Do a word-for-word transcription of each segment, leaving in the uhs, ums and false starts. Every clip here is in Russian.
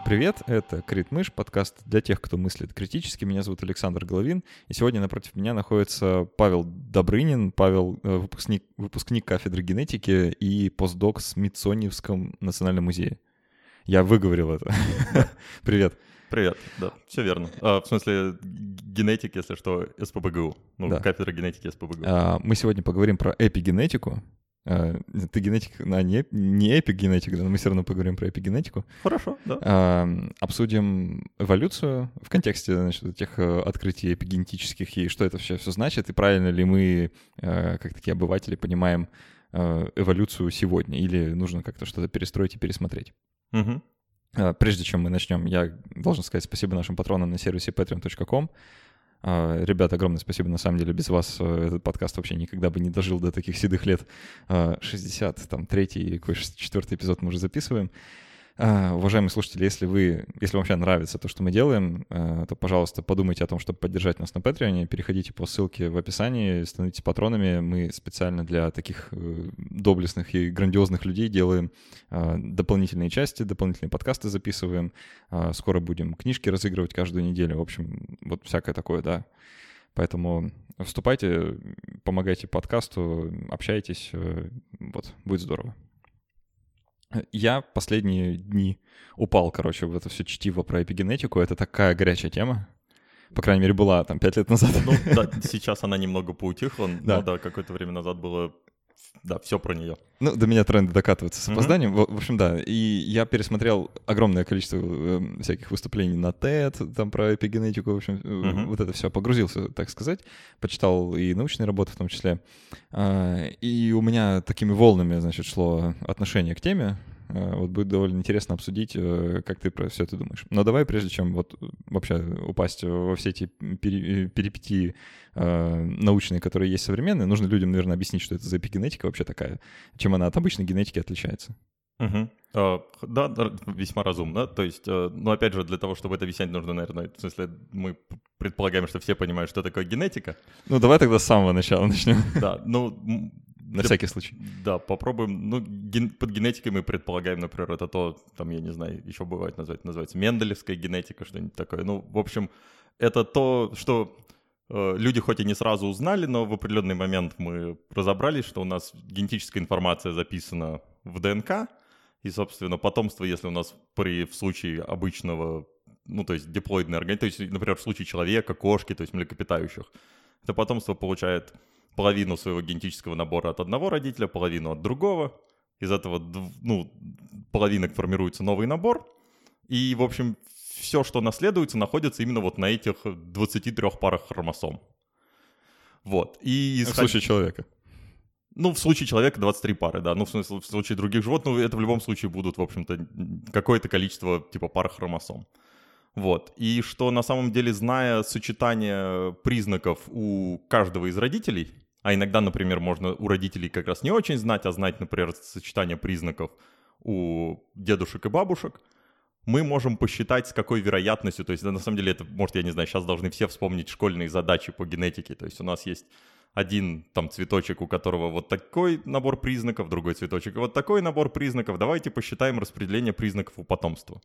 Привет, это Крит Мыш, подкаст для тех, кто мыслит критически. Меня зовут Александр Головин, и сегодня напротив меня находится Павел Добрынин. Павел — выпускник, выпускник кафедры генетики и постдок в Смитсонианском национальном музее. Я выговорил это. Привет. Привет, да, все верно. А, в смысле, генетик, если что, СПбГУ. Ну, да. Кафедра генетики СПбГУ. А, мы сегодня поговорим про эпигенетику. Uh, ты генетик, а не, не эпигенетик, да, но мы все равно поговорим про эпигенетику. Хорошо, да. Uh, обсудим эволюцию в контексте, значит, этих uh, открытий эпигенетических и что это все, все значит, и правильно ли мы, uh, как такие обыватели, понимаем uh, эволюцию сегодня, или нужно как-то что-то перестроить и пересмотреть. Угу. Uh, прежде чем мы начнем, я должен сказать спасибо нашим патронам на сервисе патреон точка ком. Uh, ребята, огромное спасибо. На самом деле, без вас uh, этот подкаст вообще никогда бы не дожил до таких седых лет. Uh, шестьдесят третий или какой шестьдесят четвёртый эпизод мы уже записываем. Uh, уважаемые слушатели, если вы, если вам вообще нравится то, что мы делаем, uh, то, пожалуйста, подумайте о том, чтобы поддержать нас на Patreon. Переходите по ссылке в описании, становитесь патронами. Мы специально для таких uh, доблестных и грандиозных людей делаем uh, дополнительные части, дополнительные подкасты записываем. Uh, скоро будем книжки разыгрывать каждую неделю. В общем, вот всякое такое, да. Поэтому вступайте, помогайте подкасту, общайтесь. Uh, вот, будет здорово. Я последние дни упал, короче, в это все чтиво про эпигенетику. Это такая горячая тема. По крайней мере, была там пять лет назад. Ну да, сейчас она немного поутихла, да. Но да, какое-то время назад было, да, все про нее. Ну, до меня тренды докатываются с опозданием. Mm-hmm. В, в общем, да. И я пересмотрел огромное количество э, всяких выступлений на TED, там про эпигенетику, в общем, mm-hmm. вот это все, погрузился, так сказать. Почитал и научные работы в том числе. А, и у меня такими волнами, значит, шло отношение к теме. А, вот будет довольно интересно обсудить, как ты про все это думаешь. Но давай, прежде чем вот вообще упасть во все эти пери- перипетии э, научные, которые есть современные, нужно людям, наверное, объяснить, что это за эпигенетика вообще такая, чем она от обычной генетики отличается. Угу. Uh, да, весьма разумно. То есть, uh, ну, опять же, для того, чтобы это объяснять, нужно, наверное, в смысле, мы предполагаем, что все понимают, что такое генетика. Ну, давай тогда с самого начала начнем. Да, ну... На всякий случай. Да, попробуем. Ну, ген, под генетикой мы предполагаем, например, это то, там, я не знаю, еще бывает назвать, называется менделевская генетика, что-нибудь такое. Ну, в общем, это то, что э, люди хоть и не сразу узнали, но в определенный момент мы разобрались, что у нас генетическая информация записана в ДНК, и, собственно, потомство, если у нас при, в случае обычного, ну, то есть диплоидный организм, то есть, например, в случае человека, кошки, то есть млекопитающих, это потомство получает половину своего генетического набора от одного родителя, половину от другого. Из этого, ну, половинок формируется новый набор. И, в общем, все, что наследуется, находится именно вот на этих двадцати трёх парах хромосом. Вот. И исход... В случае человека. Ну, в случае человека двадцать три пары, да. Ну, в смысле, в случае других животных, ну, это в любом случае будут, в общем-то, какое-то количество, типа, пар хромосом. Вот. И что, на самом деле, зная сочетание признаков у каждого из родителей, а иногда, например, можно у родителей как раз не очень знать, а знать, например, сочетание признаков у дедушек и бабушек, мы можем посчитать, с какой вероятностью, то есть, да, на самом деле, это, может, я не знаю, сейчас должны все вспомнить школьные задачи по генетике, то есть у нас есть один там цветочек, у которого вот такой набор признаков, другой цветочек, вот такой набор признаков, давайте посчитаем распределение признаков у потомства.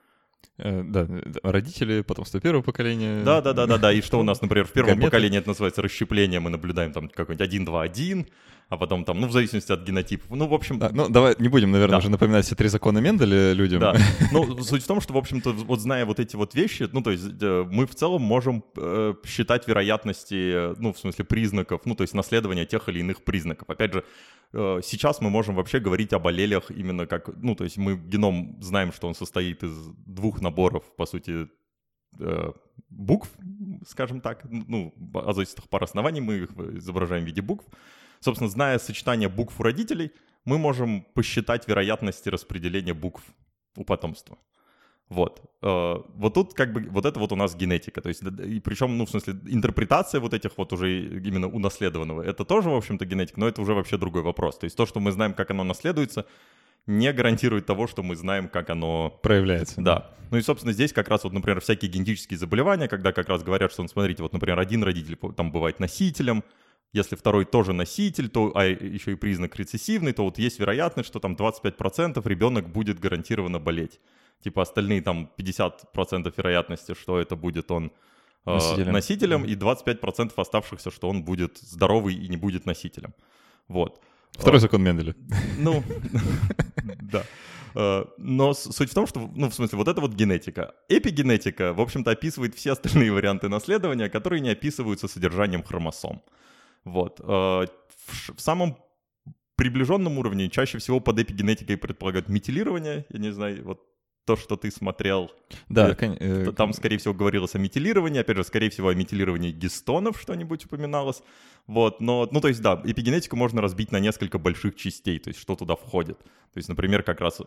Да, родители, потомство первого поколения. Да, да, да, да, да. И что у нас, например, в первом Гаметы. поколении это называется расщепление, мы наблюдаем там какой-нибудь один два один, а потом там, ну, в зависимости от генотипов. Ну, в общем... Да, ну, давай не будем, наверное, да. уже напоминать все три закона Менделя людям. Да, ну, суть в том, что, в общем-то, вот зная вот эти вот вещи, ну, то есть мы в целом можем э, считать вероятности, ну, в смысле признаков, ну, то есть наследования тех или иных признаков. Опять же, э, сейчас мы можем вообще говорить об аллелях именно как, ну, то есть мы геном знаем, что он состоит из двух наборов, по сути, э, букв, скажем так, ну, азотистых пар оснований, мы их изображаем в виде букв. Собственно, зная сочетание букв у родителей, мы можем посчитать вероятности распределения букв у потомства. Вот. Вот тут как бы, вот это вот у нас генетика. То есть, и причем, ну, в смысле, интерпретация вот этих вот уже именно унаследованного, это тоже, в общем-то, генетика, но это уже вообще другой вопрос. То есть то, что мы знаем, как оно наследуется, не гарантирует того, что мы знаем, как оно... проявляется. Да. Ну и, собственно, здесь как раз вот, например, всякие генетические заболевания, когда как раз говорят, что, ну, смотрите, вот, например, один родитель там бывает носителем, Если второй тоже носитель, то, а еще и признак рецессивный, то вот есть вероятность, что там двадцать пять процентов ребенок будет гарантированно болеть. Типа остальные там пятьдесят процентов вероятности, что это будет он э, носителем, носителем и двадцать пять процентов оставшихся, что он будет здоровый и не будет носителем. Вот. Второй закон Менделя. Ну, да. Но суть в том, что, ну, в смысле, вот это вот генетика. Эпигенетика, в общем-то, описывает все остальные варианты наследования, которые не описываются содержанием хромосом. Вот. В самом приближенном уровне чаще всего под эпигенетикой предполагают метилирование. Я не знаю, вот то, что ты смотрел. Да, э, там, скорее всего, говорилось о метилировании. Опять же, скорее всего, о метилировании гистонов что-нибудь упоминалось. Вот, но, ну, то есть, да, эпигенетику можно разбить на несколько больших частей, то есть, что туда входит. То есть, например, как раз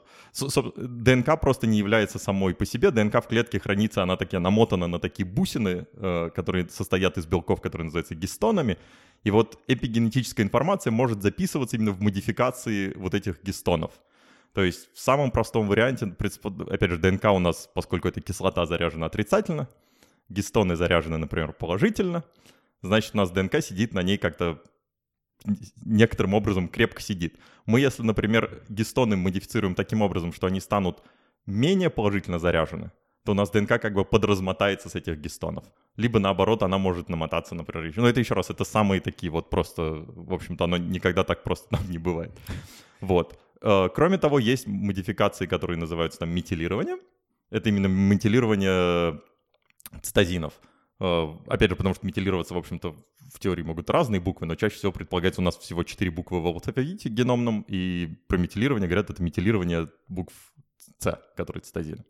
ДНК просто не является самой по себе. ДНК в клетке хранится, она такая намотана на такие бусины, э, которые состоят из белков, которые называются гистонами. И вот эпигенетическая информация может записываться именно в модификации вот этих гистонов. То есть в самом простом варианте, опять же, ДНК у нас, поскольку эта кислота заряжена отрицательно, гистоны заряжены, например, положительно, значит, у нас ДНК сидит на ней как-то некоторым образом крепко сидит. Мы, если, например, гистоны модифицируем таким образом, что они станут менее положительно заряжены, то у нас ДНК как бы подразмотается с этих гистонов. Либо наоборот, она может намотаться, например. Но это еще раз, это самые такие вот просто, в общем-то, оно никогда так просто там не бывает. Вот. Кроме того, есть модификации, которые называются там метилированием. Это именно метилирование цитозинов. Опять же, потому что метилироваться, в общем-то, в теории могут разные буквы, но чаще всего предполагается у нас всего четыре буквы в алфавите геномном, и про метилирование говорят, это метилирование букв С, которые цитозины.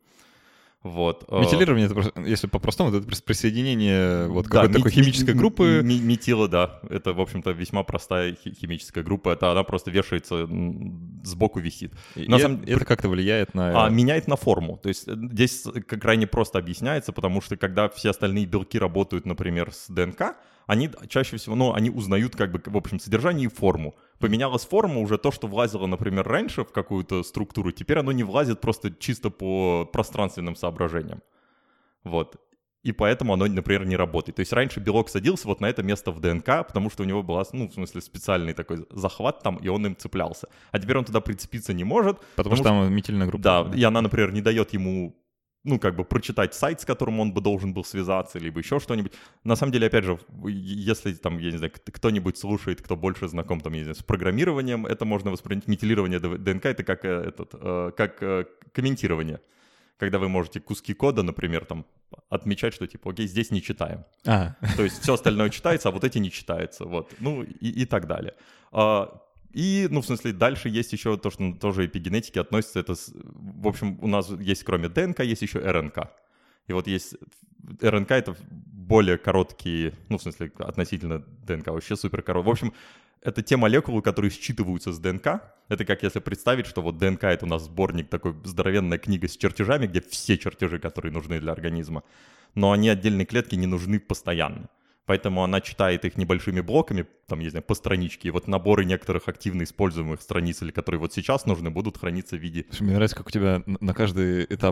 Вот. Метилирование, это просто, если по-простому, это присоединение вот да, какой-то такой химической группы. Метила, да. Это, в общем-то, весьма простая химическая группа. Это она просто вешается, сбоку висит. И на самом... Это как-то влияет на... А, меняет на форму. То есть здесь крайне просто объясняется, потому что когда все остальные белки работают, например, с ДНК, они чаще всего, ну, они узнают как бы, в общем, содержание и форму. Поменялась форма, уже то, что влазило, например, раньше в какую-то структуру, теперь оно не влазит просто чисто по пространственным соображениям. Вот. И поэтому оно, например, не работает. То есть раньше белок садился вот на это место в ДНК, потому что у него был, ну, в смысле, специальный такой захват там, и он им цеплялся. А теперь он туда прицепиться не может. Потому, потому что там метильная группа. Да, да, и она, например, не дает ему... ну, как бы прочитать сайт, с которым он бы должен был связаться, либо еще что-нибудь. На самом деле, опять же, если там, я не знаю, кто-нибудь слушает, кто больше знаком, там, я не знаю, с программированием, это можно воспринять, метилирование ДНК, это как, этот, как комментирование. Когда вы можете куски кода, например, там, отмечать, что типа, окей, здесь не читаем. А. То есть все остальное читается, а вот эти не читаются, вот, ну, и, и так далее. И, ну, в смысле, дальше есть еще то, что тоже эпигенетики относятся. Это, в общем, у нас есть кроме ДНК, есть еще РНК. И вот есть РНК — это более короткие, ну, в смысле, относительно ДНК вообще супер короткие. В общем, это те молекулы, которые считываются с ДНК. Это как если представить, что вот ДНК — это у нас сборник, такой здоровенная книга с чертежами, где все чертежи, которые нужны для организма. Но они, отдельные клетки, не нужны постоянно. Поэтому она читает их небольшими блоками, там, не знаю, по страничке. И вот наборы некоторых активно используемых страниц, или которые вот сейчас нужны, будут храниться в виде... Слушай, мне нравится, как у тебя на каждый этап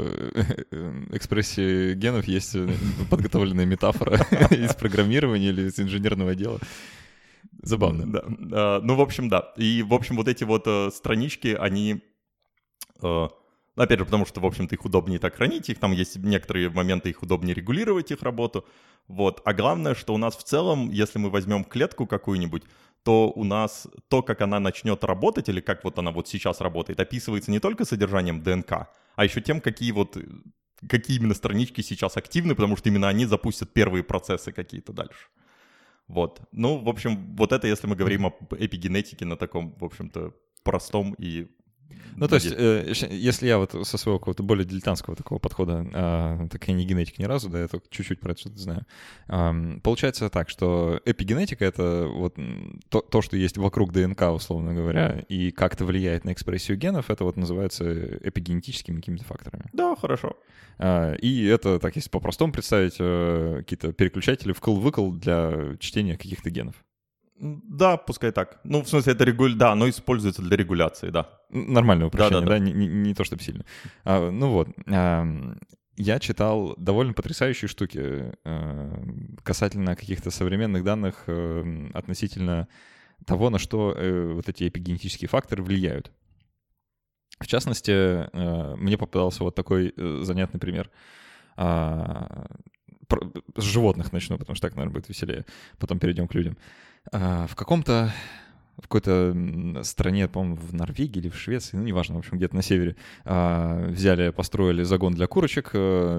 экспрессии генов есть подготовленная метафора из программирования или из инженерного дела. Забавно. Да. Ну, в общем, да. И, в общем, вот эти вот странички, они... Опять же, потому что, в общем-то, их удобнее так хранить, их там есть некоторые моменты, их удобнее регулировать, их работу. Вот. А главное, что у нас в целом, если мы возьмем клетку какую-нибудь, то у нас то, как она начнет работать, или как вот она вот сейчас работает, описывается не только содержанием ДНК, а еще тем, какие вот, какие именно странички сейчас активны, потому что именно они запустят первые процессы какие-то дальше. Вот. Ну, в общем, вот это если мы говорим об эпигенетике на таком, в общем-то, простом и... Ну, то есть, э, если я вот со своего какого-то более дилетантского такого подхода, э, так я не генетик ни разу, да, я только чуть-чуть про это что-то знаю, э, получается так, что эпигенетика — это вот то, то, что есть вокруг ДНК, условно говоря, и как-то влияет на экспрессию генов, это вот называется эпигенетическими какими-то факторами. Да, хорошо. Э, и это, так если по-простому представить, э, какие-то переключатели вкл-выкл для чтения каких-то генов. Да, пускай так. Ну, в смысле, это регуль... да, оно используется для регуляции, да. Нормальное упрощение, да, да, да, да? Не, не, не то, чтобы сильно. А, ну вот. А, я читал довольно потрясающие штуки э, касательно каких-то современных данных э, относительно того, на что э, вот эти эпигенетические факторы влияют. В частности, э, мне попадался вот такой э, занятный пример. А, про, с животных начну, потому что так, наверное, будет веселее. Потом перейдем к людям. А, в каком-то... в какой-то стране, по-моему, в Норвегии или в Швеции, ну, неважно, в общем, где-то на севере, взяли, построили загон для курочек,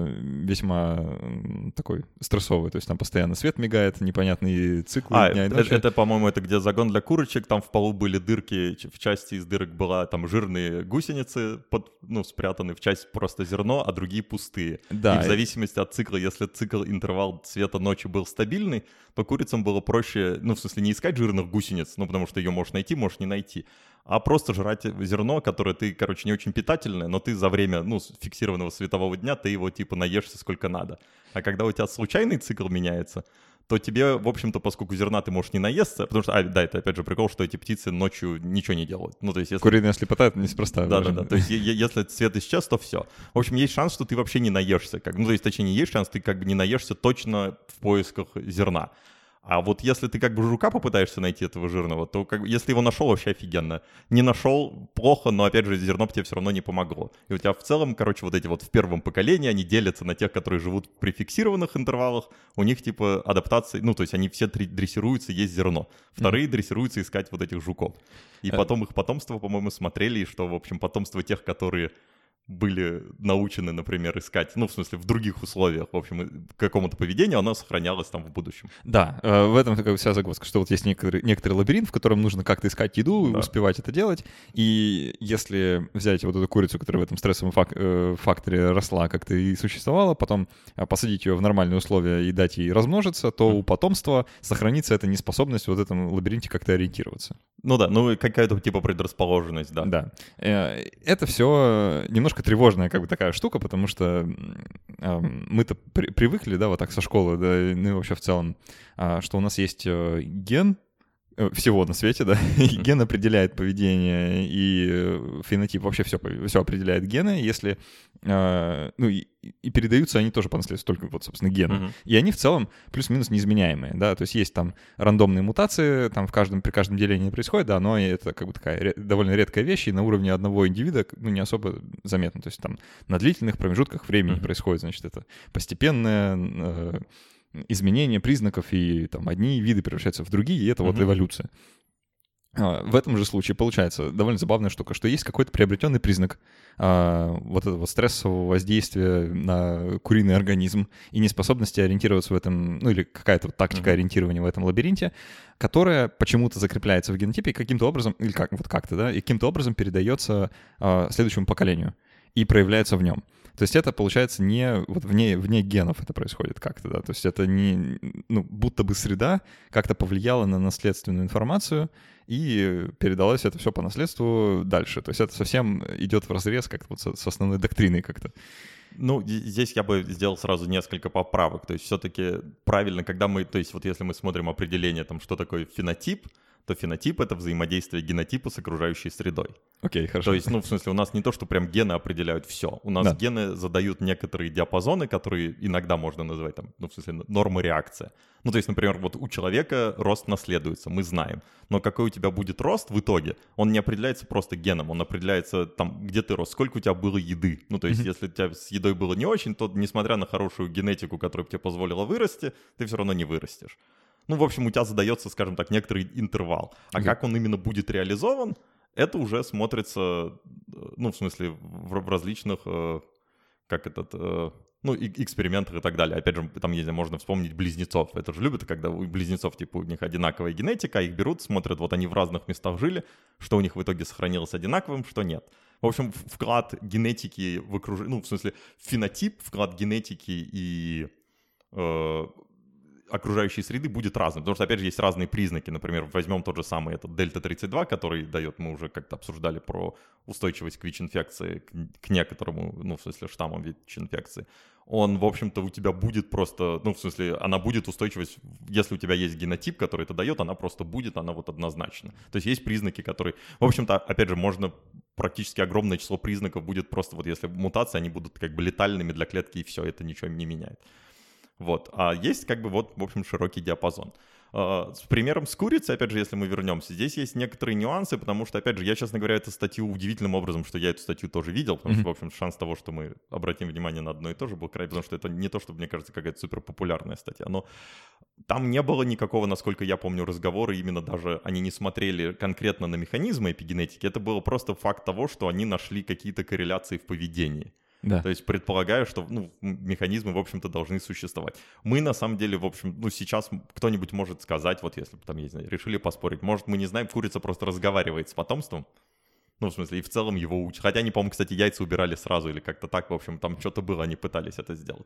весьма такой стрессовый, то есть там постоянно свет мигает, непонятные циклы а, дня и это, ночи. это, по-моему, это где загон для курочек, там в полу были дырки, в части из дырок была там жирные гусеницы, под, ну, спрятаны, в часть просто зерно, а другие пустые. Да, и в зависимости от цикла, если цикл, интервал цвета ночи был стабильный, то курицам было проще, ну, в смысле, не искать жирных гусениц, ну, потому что ее можешь найти, можешь не найти, а просто жрать зерно, которое ты, короче, не очень питательное, но ты за время, ну, фиксированного светового дня, ты его, типа, наешься сколько надо. А когда у тебя случайный цикл меняется, то тебе, в общем-то, поскольку зерна ты можешь не наесться, потому что, а, да, это опять же прикол, что эти птицы ночью ничего не делают. Ну, то есть, если... Куриная слепота — это неспроста. Да-да-да, то есть если цвет исчез, то все. В общем, есть шанс, что ты вообще не наешься. Как... Ну, то есть, точнее, не есть шанс, ты как бы не наешься точно в поисках зерна. А вот если ты как бы жука попытаешься найти этого жирного, то как бы, если его нашел, вообще офигенно. Не нашел, плохо, но опять же зерно тебе все равно не помогло. И у тебя в целом, короче, вот эти вот в первом поколении, они делятся на тех, которые живут при фиксированных интервалах, у них типа адаптации, ну то есть они все дрессируются есть зерно. Вторые mm-hmm. дрессируются искать вот этих жуков. И потом их потомство, по-моему, смотрели, и что, в общем, потомство тех, которые... были научены, например, искать, ну, в смысле, в других условиях, в общем, к какому-то поведению, оно сохранялось там в будущем. Да, в этом как бы вся загвоздка, что вот есть некоторый, некоторый лабиринт, в котором нужно как-то искать еду, да. успевать это делать, и если взять вот эту курицу, которая в этом стрессовом фак- факторе росла как-то и существовала, потом посадить ее в нормальные условия и дать ей размножиться, то mm. у потомства сохранится эта неспособность в вот этом лабиринте как-то ориентироваться. Ну да, ну какая-то типа предрасположенность, да. Да. Это все немножко тревожная как бы такая штука, потому что э, мы-то при- привыкли, да, вот так со школы, да, ну и вообще в целом, э, что у нас есть э, ген э, всего на свете, да, и ген определяет поведение и фенотип, вообще все, все определяет гены, если, э, ну и, и передаются они тоже по наследству, только вот, собственно, гены. Uh-huh. И они в целом плюс-минус неизменяемые, да, то есть есть там рандомные мутации, там в каждом, при каждом делении происходит, да, но это как бы такая ре- довольно редкая вещь, и на уровне одного индивида, ну, не особо заметно, то есть там на длительных промежутках времени uh-huh. происходит, значит, это постепенное э, изменение признаков, и там одни виды превращаются в другие, и это uh-huh. вот эволюция. В этом же случае получается довольно забавная штука, что есть какой-то приобретенный признак а, вот этого вот стрессового воздействия на куриный организм и неспособности ориентироваться в этом, ну или какая-то вот тактика mm-hmm. ориентирования в этом лабиринте, которая почему-то закрепляется в генотипе и каким-то образом, или как, вот как-то, да, и каким-то образом передается а, следующему поколению и проявляется в нем. То есть это, получается, не вот вне, вне генов это происходит как-то, да, то есть это не, ну, будто бы среда как-то повлияла на наследственную информацию, и передалось это все по наследству дальше. То есть это совсем идет вразрез как-то вот с, с основной доктриной как-то. Ну, здесь я бы сделал сразу несколько поправок. То есть все-таки правильно, когда мы, то есть вот если мы смотрим определение, там, что такое фенотип, то фенотип — это взаимодействие генотипа с окружающей средой. Окей, okay, хорошо. То есть, ну, в смысле, у нас не то, что прям гены определяют все. У нас да. гены задают некоторые диапазоны, которые иногда можно называть, там, ну, в смысле, нормы реакции. Ну, то есть, например, вот у человека рост наследуется, мы знаем. Но какой у тебя будет рост в итоге, он не определяется просто геном, он определяется, там, где ты рос, сколько у тебя было еды. Ну, то есть, mm-hmm. если у тебя с едой было не очень, то, несмотря на хорошую генетику, которая тебе позволила вырасти, ты все равно не вырастешь. Ну, в общем, у тебя задается, скажем так, некоторый интервал. А okay. как он именно будет реализован, это уже смотрится, ну, в смысле, в, в различных, э, как этот, э, ну, и, экспериментах и так далее. Опять же, там, если можно вспомнить близнецов. Это же любят, когда у близнецов, типа, у них одинаковая генетика, а их берут, смотрят, вот они в разных местах жили, что у них в итоге сохранилось одинаковым, что нет. В общем, вклад генетики в окружение, ну, в смысле, фенотип, вклад генетики и... Э, окружающей среды будет разным, потому что, опять же, есть разные признаки. Например, возьмем тот же самый этот дельта тридцать два, который дает, мы уже как-то обсуждали про устойчивость к ВИЧ-инфекции, к, к некоторому, ну, в смысле, штаммам ВИЧ-инфекции. Он, в общем-то, у тебя будет просто, ну, в смысле, она будет устойчивость, если у тебя есть генотип, который это дает, она просто будет, она вот однозначно. То есть есть признаки, которые, в общем-то, опять же, можно, практически огромное число признаков будет просто, вот если мутации, они будут как бы летальными для клетки, и все, это ничего не меняет. Вот. А есть как бы вот, в общем, широкий диапазон. С примером с курицей, опять же, если мы вернемся, здесь есть некоторые нюансы, потому что, опять же, я, честно говоря, эту статью удивительным образом, что я эту статью тоже видел, потому mm-hmm. что, в общем, шанс того, что мы обратим внимание на одно и то же, был крайне, потому что это не то, что, мне кажется, какая-то суперпопулярная статья, но там не было никакого, насколько я помню, разговора, именно даже они не смотрели конкретно на механизмы эпигенетики, это был просто факт того, что они нашли какие-то корреляции в поведении. Да. То есть предполагаю, что ну, механизмы, в общем-то, должны существовать. Мы, на самом деле, в общем, ну, сейчас кто-нибудь может сказать, вот если бы там, я не знаю, решили поспорить, может, мы не знаем, курица просто разговаривает с потомством, ну, в смысле, и в целом его учат. Хотя они, по-моему, кстати, яйца убирали сразу или как-то так, в общем, там что-то было, они пытались это сделать.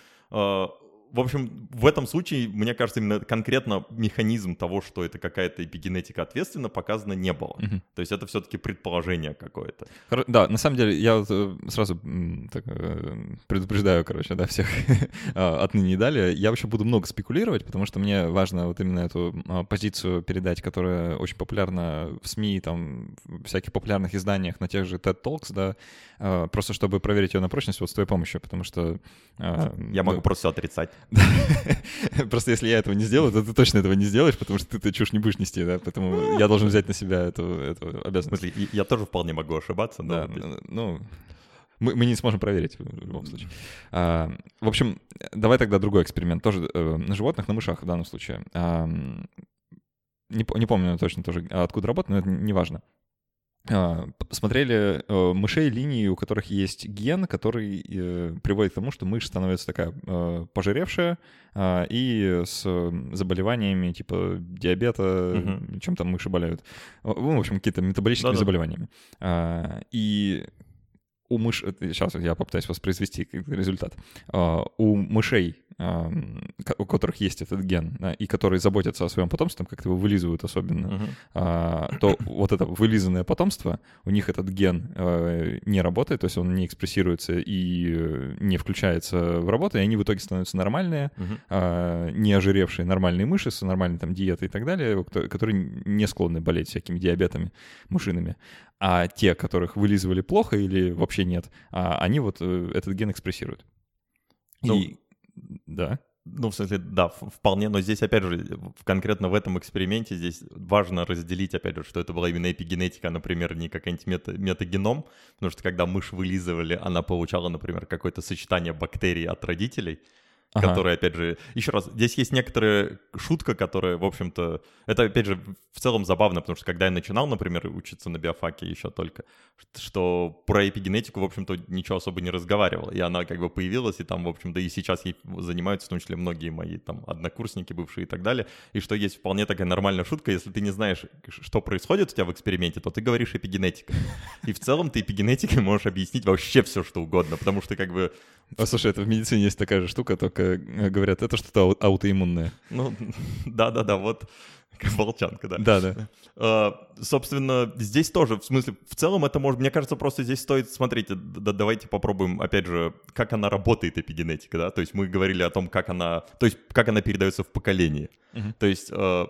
В общем, в этом случае, мне кажется, именно конкретно механизм того, что это какая-то эпигенетика ответственна, показано не было. Uh-huh. То есть это все-таки предположение какое-то. Да, на самом деле, я вот сразу так, предупреждаю, короче, да, всех отныне и далее. Я вообще буду много спекулировать, потому что мне важно вот именно эту позицию передать, которая очень популярна в СМИ, там, в всяких популярных изданиях, на тех же TED Talks, да, просто чтобы проверить ее на прочность вот с твоей помощью, потому что... Я могу просто все отрицать. Просто если я этого не сделаю, то ты точно этого не сделаешь, потому что ты эту чушь не будешь нести, да, поэтому я должен взять на себя эту, эту обязанность. В смысле, я тоже вполне могу ошибаться, но... Да, ну, мы, мы не сможем проверить в любом случае. А, в общем, давай тогда другой эксперимент, тоже э, на животных, на мышах в данном случае. А, не, не помню точно тоже, откуда работает, но это не важно. Смотрели э, мышей линии, у которых есть ген, который э, приводит к тому, что мышь становится такая э, пожиревшая э, и с заболеваниями типа диабета, uh-huh. чем там мыши болеют. Ну, в общем, какие-то метаболическими Да-да. заболеваниями. А, и у мышь... Сейчас я попытаюсь воспроизвести результат. Uh, у мышей, uh, у которых есть этот ген, uh, и которые заботятся о своем потомстве, как-то его вылизывают особенно, uh-huh. uh, то вот это вылизанное потомство, у них этот ген uh, не работает, то есть он не экспрессируется и не включается в работу, и они в итоге становятся нормальные, uh-huh. uh, не ожиревшие нормальные мыши с нормальной там диетой и так далее, которые не склонны болеть всякими диабетами мышиными. А те, которых вылизывали плохо или вообще нет, они вот этот ген экспрессируют. Ну, и да. Ну, в смысле, да, вполне, но здесь, опять же, конкретно в этом эксперименте здесь важно разделить, опять же, что это была именно эпигенетика, например, не какой-нибудь мета, метагеном, потому что когда мышь вылизывали, она получала, например, какое-то сочетание бактерий от родителей, ага. которые, опять же, еще раз, здесь есть некоторая шутка, которая, в общем-то, это, опять же, в целом забавно, потому что когда я начинал, например, учиться на биофаке еще только, что про эпигенетику, в общем-то, ничего особо не разговаривал, и она как бы появилась, и там, в общем-то, и сейчас ей занимаются, в том числе, многие мои там однокурсники бывшие и так далее, и что есть вполне такая нормальная шутка, если ты не знаешь, что происходит у тебя в эксперименте, то ты говоришь эпигенетика, и в целом ты эпигенетикой можешь объяснить вообще все, что угодно, потому что как бы... А, слушай, это в медицине есть такая же штука, только говорят, это что-то аутоиммунное. Ну, да-да-да, вот волчанка, да. Да-да. Uh, собственно, здесь тоже, в смысле, в целом это может, мне кажется, просто здесь стоит, смотрите, да, давайте попробуем, опять же, как она работает, эпигенетика, да, то есть мы говорили о том, как она, то есть как она передается в поколении. Uh-huh. То есть uh,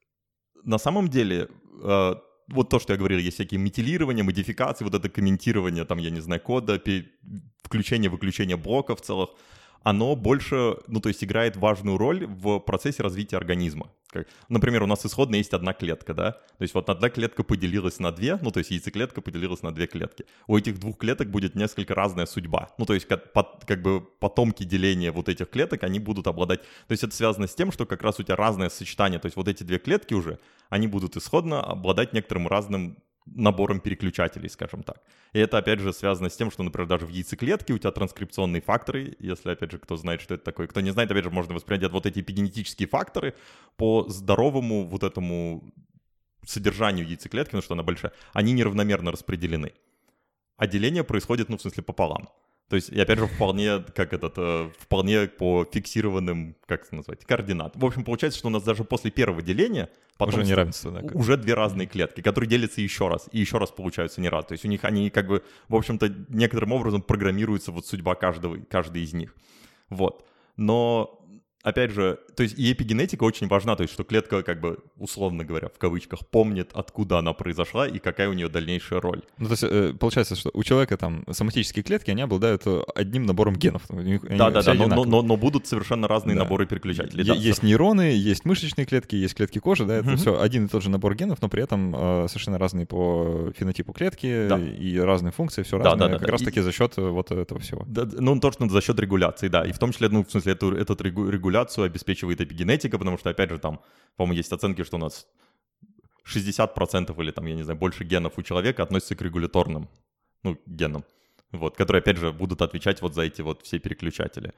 на самом деле... Uh, вот то, что я говорил, есть всякие метилирования, модификации, вот это комментирование, там, я не знаю, кода, включение-выключение блоков целых, оно больше, ну, то есть играет важную роль в процессе развития организма. Как, например, у нас исходно есть одна клетка, да, то есть вот одна клетка поделилась на две, ну, то есть яйцеклетка поделилась на две клетки. У этих двух клеток будет несколько разная судьба, ну, то есть как, под, как бы потомки деления вот этих клеток, они будут обладать, то есть это связано с тем, что как раз у тебя разное сочетание, то есть вот эти две клетки уже, они будут исходно обладать некоторым разным набором переключателей, скажем так. И это, опять же, связано с тем, что, например, даже в яйцеклетке у тебя транскрипционные факторы, если, опять же, кто знает, что это такое, кто не знает, опять же, можно воспринять вот эти эпигенетические факторы по здоровому вот этому содержанию яйцеклетки, потому что она большая, они неравномерно распределены. А деление происходит, ну, в смысле, пополам. То есть, и опять же, вполне, как этот, вполне по фиксированным, как это назвать, координатам. В общем, получается, что у нас даже после первого деления потом уже неравенство, да? Уже две разные клетки, которые делятся еще раз, и еще раз получаются не раз. То есть у них они как бы, в общем-то, некоторым образом программируется вот судьба каждого, каждой из них. Вот. Но... Опять же, то есть и эпигенетика очень важна, то есть что клетка, как бы, условно говоря, в кавычках, помнит, откуда она произошла и какая у нее дальнейшая роль. Ну, то есть э, получается, что у человека там соматические клетки, они обладают одним набором генов. Да-да-да, но, но, но, но будут совершенно разные да. наборы переключателей. Да, да, есть нейроны, есть мышечные клетки, есть клетки кожи, да, это mm-hmm. все один и тот же набор генов, но при этом э, совершенно разные по фенотипу клетки да. и разные функции, все разное, да, да, как да, раз-таки и... за счет вот этого всего. Да, ну, точно за счет регуляции, да, и в том числе, ну, в смысле, эту, эту регуляцию обеспечивает эпигенетика, потому что, опять же, там, по-моему, есть оценки, что у нас шестьдесят процентов или, там, я не знаю, больше генов у человека относятся к регуляторным, ну, генам, вот, которые, опять же, будут отвечать вот за эти вот все переключатели.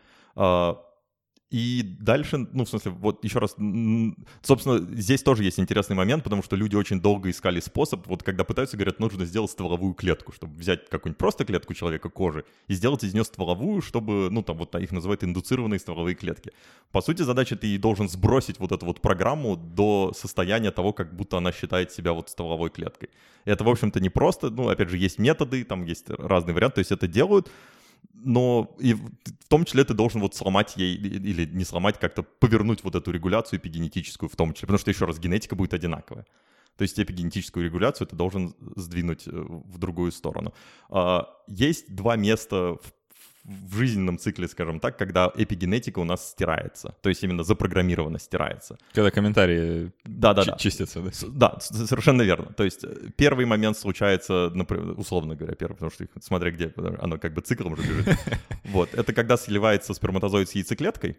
И дальше, ну, в смысле, вот еще раз, собственно, здесь тоже есть интересный момент, потому что люди очень долго искали способ, вот когда пытаются, говорят, нужно сделать стволовую клетку, чтобы взять какую-нибудь просто клетку человека кожи и сделать из нее стволовую, чтобы, ну, там, вот их называют индуцированные стволовые клетки. По сути, задача, ты должен сбросить вот эту вот программу до состояния того, как будто она считает себя вот стволовой клеткой. И это, в общем-то, не просто, ну, опять же, есть методы, там есть разные варианты, то есть это делают, но и в том числе ты должен вот сломать ей, или не сломать, как-то повернуть вот эту регуляцию эпигенетическую в том числе, потому что, еще раз, генетика будет одинаковая. То есть эпигенетическую регуляцию ты должен сдвинуть в другую сторону. Есть два места в в жизненном цикле, скажем так, когда эпигенетика у нас стирается, то есть именно запрограммировано стирается. Когда комментарии да, да, ч- да. чистятся, да? Да, совершенно верно. То есть первый момент случается, например, условно говоря, первый, потому что смотря где, оно как бы циклом уже бежит. Вот, это когда сливается сперматозоид с яйцеклеткой,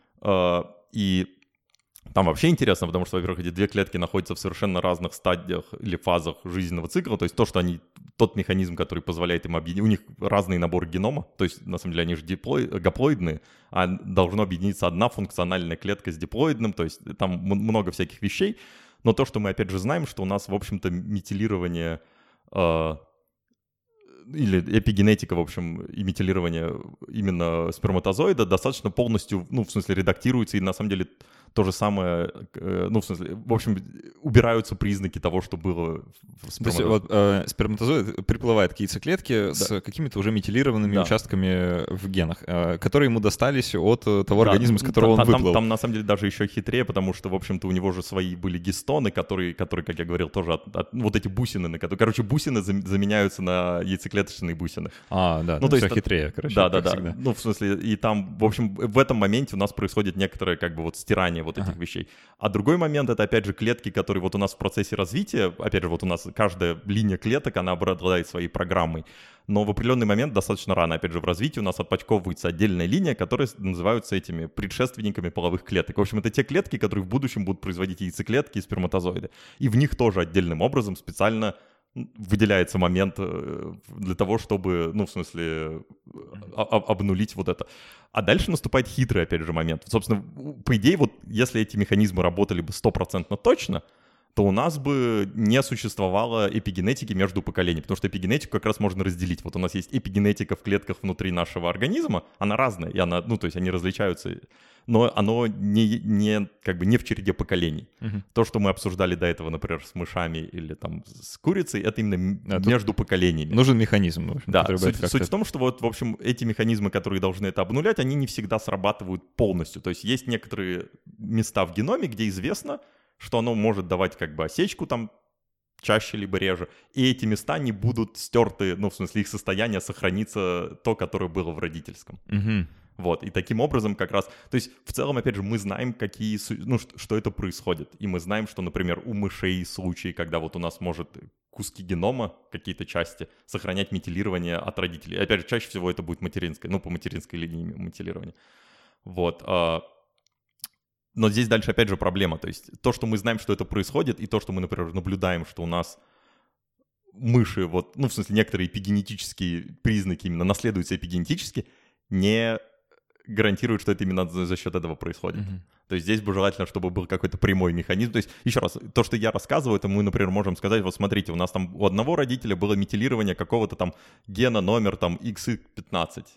и там вообще интересно, потому что, во-первых, эти две клетки находятся в совершенно разных стадиях или фазах жизненного цикла, то есть то, что они, тот механизм, который позволяет им объединить, у них разный набор генома, то есть на самом деле они же диплой, гаплоидные, а должно объединиться одна функциональная клетка с диплоидным, то есть там много всяких вещей, но то, что мы опять же знаем, что у нас, в общем-то, метилирование э, или эпигенетика, в общем, и метилирование именно сперматозоида достаточно полностью, ну, в смысле, редактируется, и на самом деле то же самое, ну, в смысле, в общем, убираются признаки того, что было в сперматозоиде. То есть вот э, сперматозоид приплывает к яйцеклетке да. с какими-то уже метилированными да. участками в генах, э, которые ему достались от того да, организма, с которого там, он выплыл. Там, там, на самом деле, даже еще хитрее, потому что, в общем-то, у него же свои были гистоны, которые, которые как я говорил, тоже от, от, вот эти бусины, на которые, короче, бусины заменяются на яйцеклеточные бусины. А, да, ну, ну то есть хитрее, короче, да, да, да. Всегда. Ну, в смысле, и там, в общем, в этом моменте у нас происходит некоторое, как бы, вот стирание вот этих ага. вещей. А другой момент — это, опять же, клетки, которые вот у нас в процессе развития, опять же, вот у нас каждая линия клеток, она обладает своей программой, но в определенный момент, достаточно рано, опять же, в развитии у нас отпочковывается отдельная линия, которые называются этими предшественниками половых клеток. В общем, это те клетки, которые в будущем будут производить яйцеклетки и сперматозоиды. И в них тоже отдельным образом специально выделяется момент для того, чтобы, ну, в смысле, обнулить вот это. А дальше наступает хитрый, опять же, момент. Собственно, по идее, вот если эти механизмы работали бы стопроцентно точно, то у нас бы не существовало эпигенетики между поколениями, потому что эпигенетику как раз можно разделить. Вот у нас есть эпигенетика в клетках внутри нашего организма, она разная, и она, ну, то есть они различаются, но оно не, не, как бы не в череде поколений. Угу. То, что мы обсуждали до этого, например, с мышами или там с курицей, это именно а между поколениями. Нужен механизм, в общем. Да, суть, суть в том, что вот, в общем, эти механизмы, которые должны это обнулять, они не всегда срабатывают полностью. То есть есть некоторые места в геноме, где известно, что оно может давать как бы осечку там чаще либо реже, и эти места не будут стерты, ну, в смысле, их состояние сохранится то, которое было в родительском. Угу. Вот, и таким образом как раз, то есть в целом, опять же, мы знаем, какие, ну, что, что это происходит, и мы знаем, что, например, у мышей случаи, когда вот у нас может куски генома, какие-то части, сохранять метилирование от родителей. И, опять же, чаще всего это будет материнское, ну, по материнской линии метилирование. Вот, но здесь дальше опять же проблема, то есть то, что мы знаем, что это происходит, и то, что мы, например, наблюдаем, что у нас мыши, вот, ну, в смысле, некоторые эпигенетические признаки именно наследуются эпигенетически, не гарантирует, что это именно за счет этого происходит. Mm-hmm. То есть здесь бы желательно, чтобы был какой-то прямой механизм. То есть, еще раз, то, что я рассказываю, это мы, например, можем сказать, вот смотрите, у нас там у одного родителя было метилирование какого-то там гена номер там икс пятнадцать.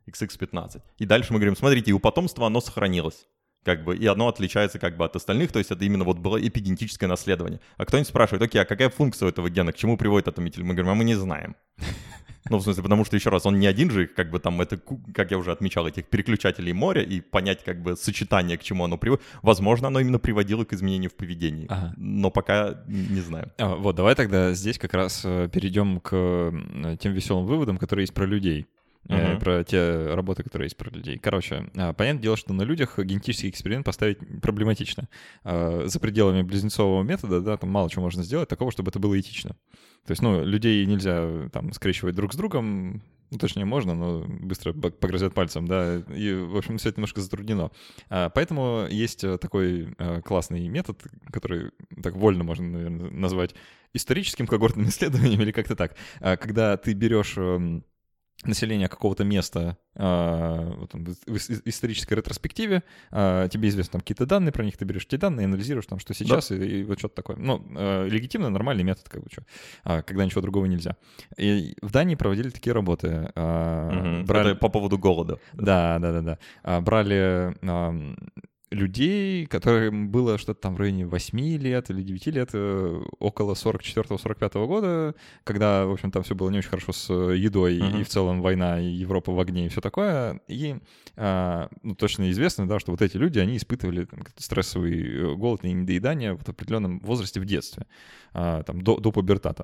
икс икс пятнадцать. И дальше мы говорим, смотрите, и у потомства оно сохранилось. Как бы, и оно отличается как бы от остальных, то есть это именно вот было эпигенетическое наследование. А кто-нибудь спрашивает, окей, а какая функция у этого гена, к чему приводит эта метиль? Мы говорим, а мы не знаем. Ну, в смысле, потому что, еще раз, он не один же, как бы там, это, как я уже отмечал, этих переключателей моря, и понять, как бы, сочетание, к чему оно приводит. Возможно, оно именно приводило к изменению в поведении, ага. но пока не знаю. А, вот, давай тогда здесь как раз перейдем к тем веселым выводам, которые есть про людей. Uh-huh. Про те работы, которые есть про людей. Короче, понятное дело, что на людях генетический эксперимент поставить проблематично. За пределами близнецового метода, да, там мало чего можно сделать такого, чтобы это было этично. То есть, ну, людей нельзя там скрещивать друг с другом, ну, точнее, можно, но быстро погрозят пальцем, да, и, в общем, все это немножко затруднено. Поэтому есть такой классный метод, который так вольно можно, наверное, назвать историческим когортным исследованием или как-то так. Когда ты берешь население какого-то места э, вот, в исторической ретроспективе, э, тебе известны там какие-то данные про них, ты берешь эти данные, анализируешь там, что сейчас, да. и, и вот что-то такое. Ну, э, легитимно, нормальный метод, как бы, что, э, когда ничего другого нельзя. И в Дании проводили такие работы. Э, угу. брали... Это по поводу голода. Да, да, да, да. Э, брали... Э, людей, которым было что-то там в районе восьми лет или девяти лет, около сорок четвёртого сорок пятого года, когда, в общем, там все было не очень хорошо с едой, uh-huh. и в целом война, и Европа в огне, и все такое. И а, ну, точно известно, да, что вот эти люди, они испытывали там, стрессовый голод и недоедание в определенном возрасте в детстве, а, там, до, до пубертата.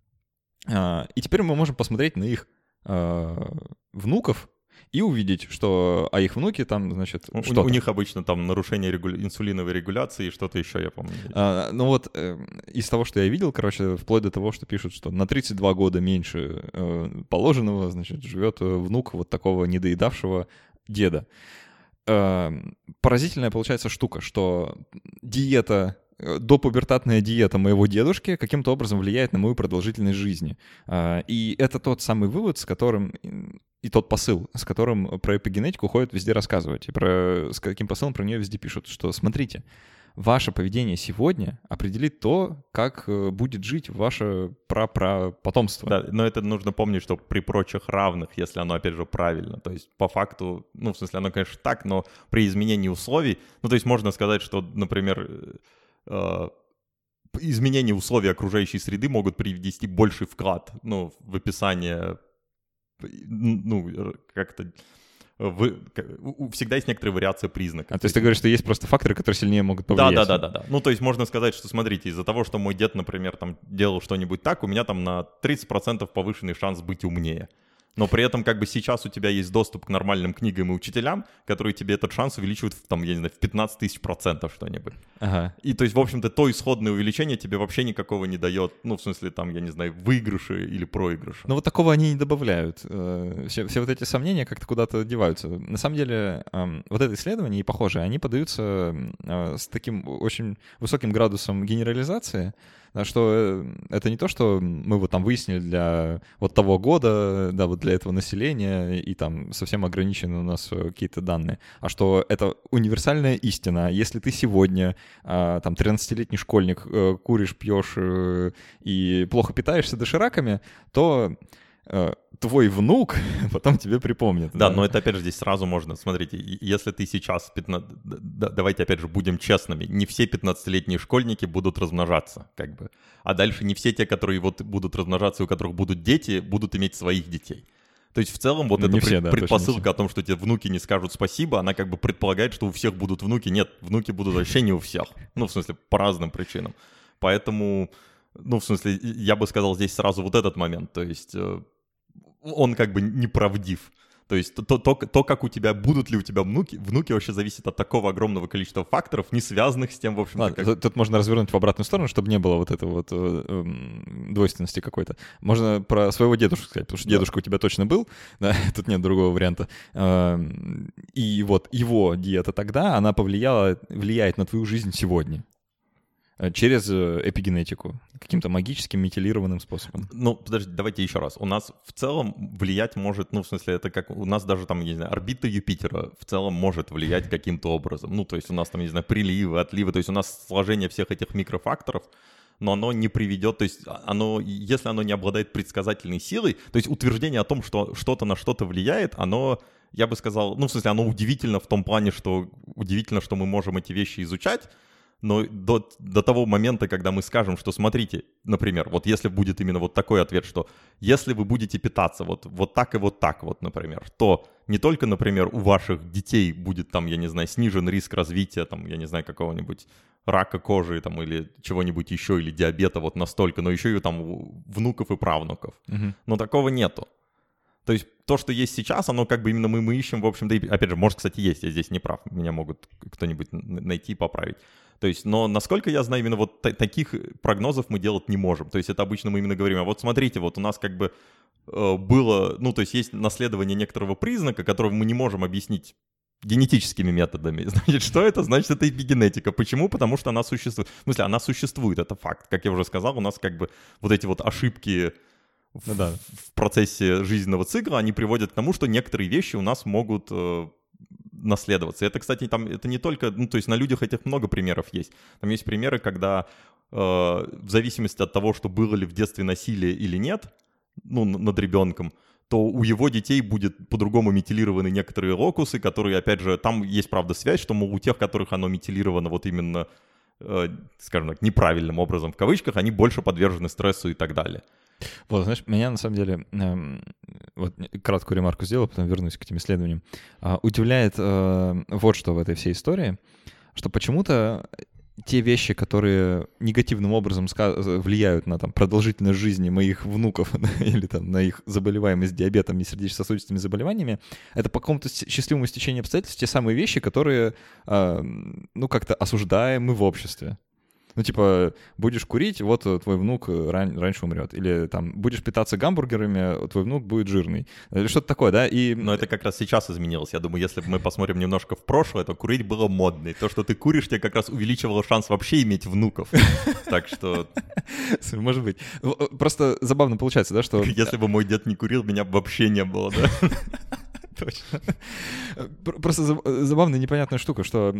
А, и теперь мы можем посмотреть на их а, внуков, и увидеть, что, а их внуки там, значит, у, что-то. У них обычно там нарушение регуля... инсулиновой регуляции и что-то еще, я помню. А, ну вот, э, из того, что я видел, короче, вплоть до того, что пишут, что на тридцать два года меньше э, положенного, значит, живет внук вот такого недоедавшего деда. Э, поразительная получается штука, что диета... допубертатная диета моего дедушки каким-то образом влияет на мою продолжительность жизни. И это тот самый вывод, с которым... И тот посыл, с которым про эпигенетику ходят везде рассказывать. И про, с каким посылом про нее везде пишут, что смотрите, ваше поведение сегодня определит то, как будет жить ваше прапрапотомство. Да, но это нужно помнить, что при прочих равных, если оно, опять же, правильно. То есть по факту, ну, в смысле, оно, конечно, так, но при изменении условий... Ну, то есть можно сказать, что, например... изменения условий окружающей среды могут привнести больший вклад, ну, в описание, ну, как-то, в, всегда есть некоторые вариации признаков. А то есть ты говоришь, что есть просто факторы, которые сильнее могут повлиять? Да, да, да, да, да. Ну, то есть можно сказать, что, смотрите, из-за того, что мой дед, например, там делал что-нибудь так, у меня там на тридцать процентов повышенный шанс быть умнее. Но при этом как бы сейчас у тебя есть доступ к нормальным книгам и учителям, которые тебе этот шанс увеличивают в, там, я не знаю, в пятнадцать тысяч процентов что-нибудь. Ага. И то есть, в общем-то, то исходное увеличение тебе вообще никакого не дает, ну, в смысле, там, я не знаю, выигрыши или проигрыши. Но вот такого они не добавляют. Все, все вот эти сомнения как-то куда-то деваются. На самом деле, вот это исследование и похожие, они подаются с таким очень высоким градусом генерализации, что это не то, что мы вот там выяснили для вот того года, да, вот для этого населения, и там совсем ограничены у нас какие-то данные, а что это универсальная истина. Если ты сегодня там тринадцатилетний школьник, куришь, пьешь и плохо питаешься дошираками, то твой внук потом тебе припомнит. Да, да, но это, опять же, здесь сразу можно, смотрите, если ты сейчас, пятнадцать, давайте, опять же, будем честными, не все пятнадцатилетние школьники будут размножаться, как бы, а дальше не все те, которые вот будут размножаться, у которых будут дети, будут иметь своих детей. То есть в целом вот эта все, да, предпосылка о том, что тебе внуки не скажут спасибо, она как бы предполагает, что у всех будут внуки. Нет, внуки будут вообще не у всех. Ну, в смысле, по разным причинам. Поэтому, ну, в смысле, я бы сказал здесь сразу вот этот момент, то есть... он как бы неправдив. То есть то, то, то, как у тебя, будут ли у тебя внуки, внуки вообще зависит от такого огромного количества факторов, не связанных с тем, в общем-то, Ладно, как... тут, тут можно развернуть в обратную сторону, чтобы не было вот этой вот э, э, двойственности какой-то. Можно про своего дедушку сказать, потому что да. Дедушка у тебя точно был, да, тут нет другого варианта. Э, и вот его диета тогда, она повлияла, влияет на твою жизнь сегодня. Через эпигенетику, каким-то магическим метилированным способом. Ну, подожди, давайте еще раз. У нас в целом влиять может, ну, в смысле, это как у нас даже там, я не знаю, орбита Юпитера в целом может влиять каким-то образом. Ну, то есть у нас там, не знаю, приливы, отливы, то есть у нас сложение всех этих микрофакторов, но оно не приведет, то есть оно, если оно не обладает предсказательной силой, то есть утверждение о том, что что-то на что-то влияет, оно... я бы сказал, ну, в смысле, оно удивительно в том плане, что удивительно, что мы можем эти вещи изучать, но до, до того момента, когда мы скажем, что смотрите, например, вот если будет именно вот такой ответ, что если вы будете питаться вот, вот так и вот так вот, например, то не только, например, у ваших детей будет там, я не знаю, снижен риск развития, там, я не знаю, какого-нибудь рака кожи там или чего-нибудь еще, или диабета вот настолько, но еще и там у внуков и правнуков. Угу. Но такого нету. То есть то, что есть сейчас, оно как бы именно мы, мы ищем, в общем-то, и, опять же, может, кстати, есть, я здесь не прав, меня могут кто-нибудь найти и поправить. То есть, но насколько я знаю, именно вот та- таких прогнозов мы делать не можем. То есть это обычно мы именно говорим, а вот смотрите, вот у нас как бы э, было, ну, то есть есть наследование некоторого признака, которого мы не можем объяснить генетическими методами. Значит, что это? Значит, это эпигенетика. Почему? Потому что она существует. В смысле, она существует, это факт. Как я уже сказал, у нас как бы вот эти вот ошибки в, ну, да. в процессе жизненного цикла, они приводят к тому, что некоторые вещи у нас могут э, наследоваться. Это, кстати, там это не только, ну, то есть на людях этих много примеров есть. Там есть примеры, когда э, в зависимости от того, что было ли в детстве насилие или нет, ну, над ребенком, то у его детей будет по-другому метилированы некоторые локусы, которые, опять же, там есть, правда, связь, что, мол, у тех, которых оно метилировано вот именно, э, скажем так, неправильным образом, в кавычках, они больше подвержены стрессу и так далее. Вот, знаешь, меня на самом деле, эм, вот краткую ремарку сделал, потом вернусь к этим исследованиям, э, удивляет э, вот что в этой всей истории, что почему-то те вещи, которые негативным образом ска- влияют на там, продолжительность жизни моих внуков или там, на их заболеваемость диабетом и сердечно-сосудистыми заболеваниями, это по какому-то счастливому стечению обстоятельств те самые вещи, которые э, ну, как-то осуждаемы в обществе. Ну, типа, будешь курить, вот твой внук ран- раньше умрет. Или там, будешь питаться гамбургерами, твой внук будет жирный. Или что-то такое, да? И... Но это как раз сейчас изменилось. Я думаю, если мы посмотрим немножко в прошлое, то курить было модно. И то, что ты куришь, тебе как раз увеличивало шанс вообще иметь внуков. Так что... Может быть. Просто забавно получается, да, что... Если бы мой дед не курил, меня бы вообще не было, да? Точно. Просто забавная непонятная штука, что...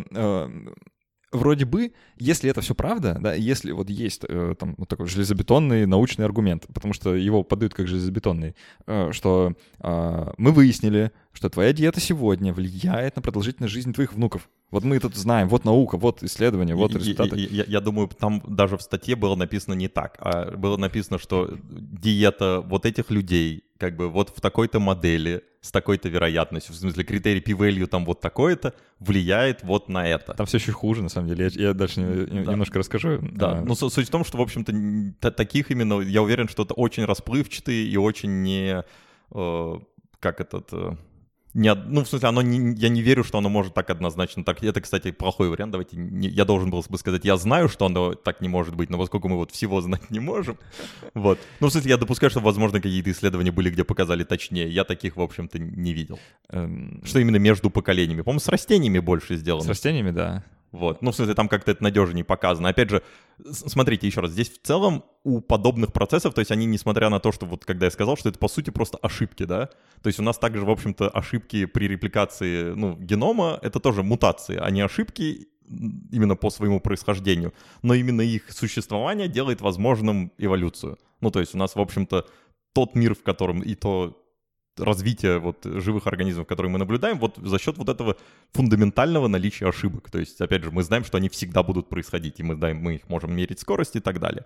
Вроде бы, если это все правда, да, если вот есть э, там вот такой железобетонный научный аргумент, потому что его подают как железобетонный, э, что э, мы выяснили, что твоя диета сегодня влияет на продолжительность жизни твоих внуков. Вот мы тут знаем, вот наука, вот исследования, вот результаты. Я, я, я думаю, там даже в статье было написано не так, а было написано, что диета вот этих людей как бы вот в такой-то модели с такой-то вероятностью, в смысле критерий p-value там вот такой-то влияет вот на это. Там все еще хуже, на самом деле. Я, я дальше не, да. немножко расскажу. Да, а... но суть в том, что, в общем-то, т- таких именно, я уверен, что это очень расплывчатые и очень не, э, как этот... Э, Не, ну, в смысле, оно не, я не верю, что оно может так однозначно. Так, это, кстати, плохой вариант. Давайте, не, я должен был бы сказать, я знаю, что оно так не может быть, но поскольку мы вот всего знать не можем, вот. Ну, в смысле, я допускаю, что, возможно, какие-то исследования были, где показали точнее. Я таких, в общем-то, не видел. Эм... Что именно между поколениями. По-моему, с растениями больше сделано. С растениями, да. Вот. Ну, в смысле, там как-то это надежнее показано. Опять же, смотрите еще раз, здесь в целом у подобных процессов, то есть они, несмотря на то, что вот когда я сказал, что это по сути просто ошибки, да, то есть у нас также, в общем-то, ошибки при репликации, ну, генома, это тоже мутации, а не ошибки именно по своему происхождению, но именно их существование делает возможным эволюцию. Ну, то есть у нас, в общем-то, тот мир, в котором и то... развитие вот живых организмов, которые мы наблюдаем, вот за счет вот этого фундаментального наличия ошибок. То есть, опять же, мы знаем, что они всегда будут происходить, и мы знаем, мы их можем мерить скорость и так далее.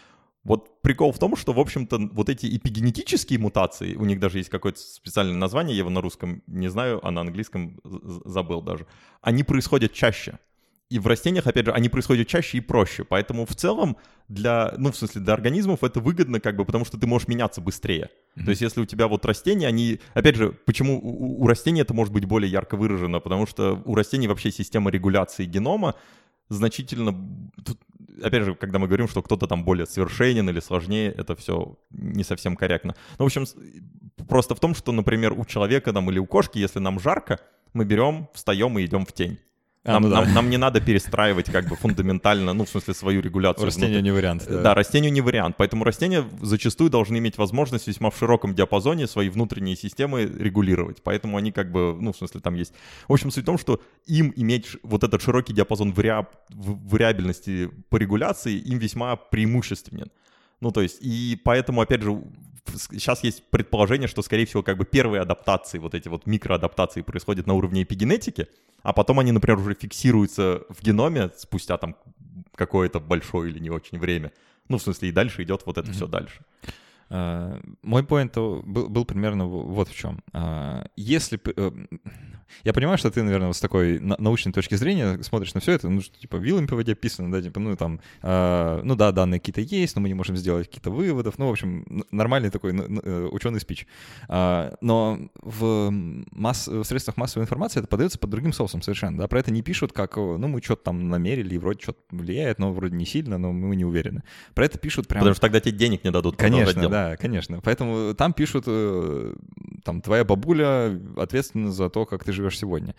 Вот прикол в том, что, в общем-то, вот эти эпигенетические мутации, у них даже есть какое-то специальное название, я его на русском не знаю, а на английском забыл даже, они происходят чаще. И в растениях, опять же, они происходят чаще и проще. Поэтому в целом для, ну, в смысле, для организмов это выгодно, как бы, потому что ты можешь меняться быстрее. Mm-hmm. То есть если у тебя вот растения, они... Опять же, почему у, у растений это может быть более ярко выражено? Потому что у растений вообще система регуляции генома значительно... Тут, опять же, когда мы говорим, что кто-то там более совершенен или сложнее, это все не совсем корректно. Ну, в общем, просто в том, что, например, у человека там, или у кошки, если нам жарко, мы берем, встаем и идем в тень. Нам, а, ну нам, да. нам не надо перестраивать как бы фундаментально, ну, в смысле, свою регуляцию. Растению не вариант. Да. да, растению не вариант. Поэтому растения зачастую должны иметь возможность весьма в широком диапазоне свои внутренние системы регулировать. Поэтому они как бы, ну, в смысле, там есть... В общем, суть в том, что им иметь вот этот широкий диапазон вариаб... вариабельности по регуляции им весьма преимущественен. Ну, то есть, и поэтому, опять же, сейчас есть предположение, что, скорее всего, как бы первые адаптации, вот эти вот микроадаптации происходят на уровне эпигенетики, а потом они, например, уже фиксируются в геноме спустя там какое-то большое или не очень время. Ну, в смысле, и дальше идет вот это mm-hmm. все дальше. Uh, мой поинт был, был примерно вот в чем. Uh, если... Uh, я понимаю, что ты, наверное, вот с такой на- научной точки зрения смотришь на все это, ну, что, типа, вилами по воде писано, да, типа, ну, там, uh, ну, да, данные какие-то есть, но мы не можем сделать каких-то выводов, ну, в общем, нормальный такой uh, ученый спич. Uh, но в, масс- в средствах массовой информации это подается под другим соусом совершенно, да, про это не пишут как, ну, мы что-то там намерили, и вроде что-то влияет, но вроде не сильно, но мы не уверены. Про это пишут прям... Потому что тогда тебе денег не дадут. Конечно, да, конечно. Поэтому там пишут, там, твоя бабуля ответственна за то, как ты живешь сегодня.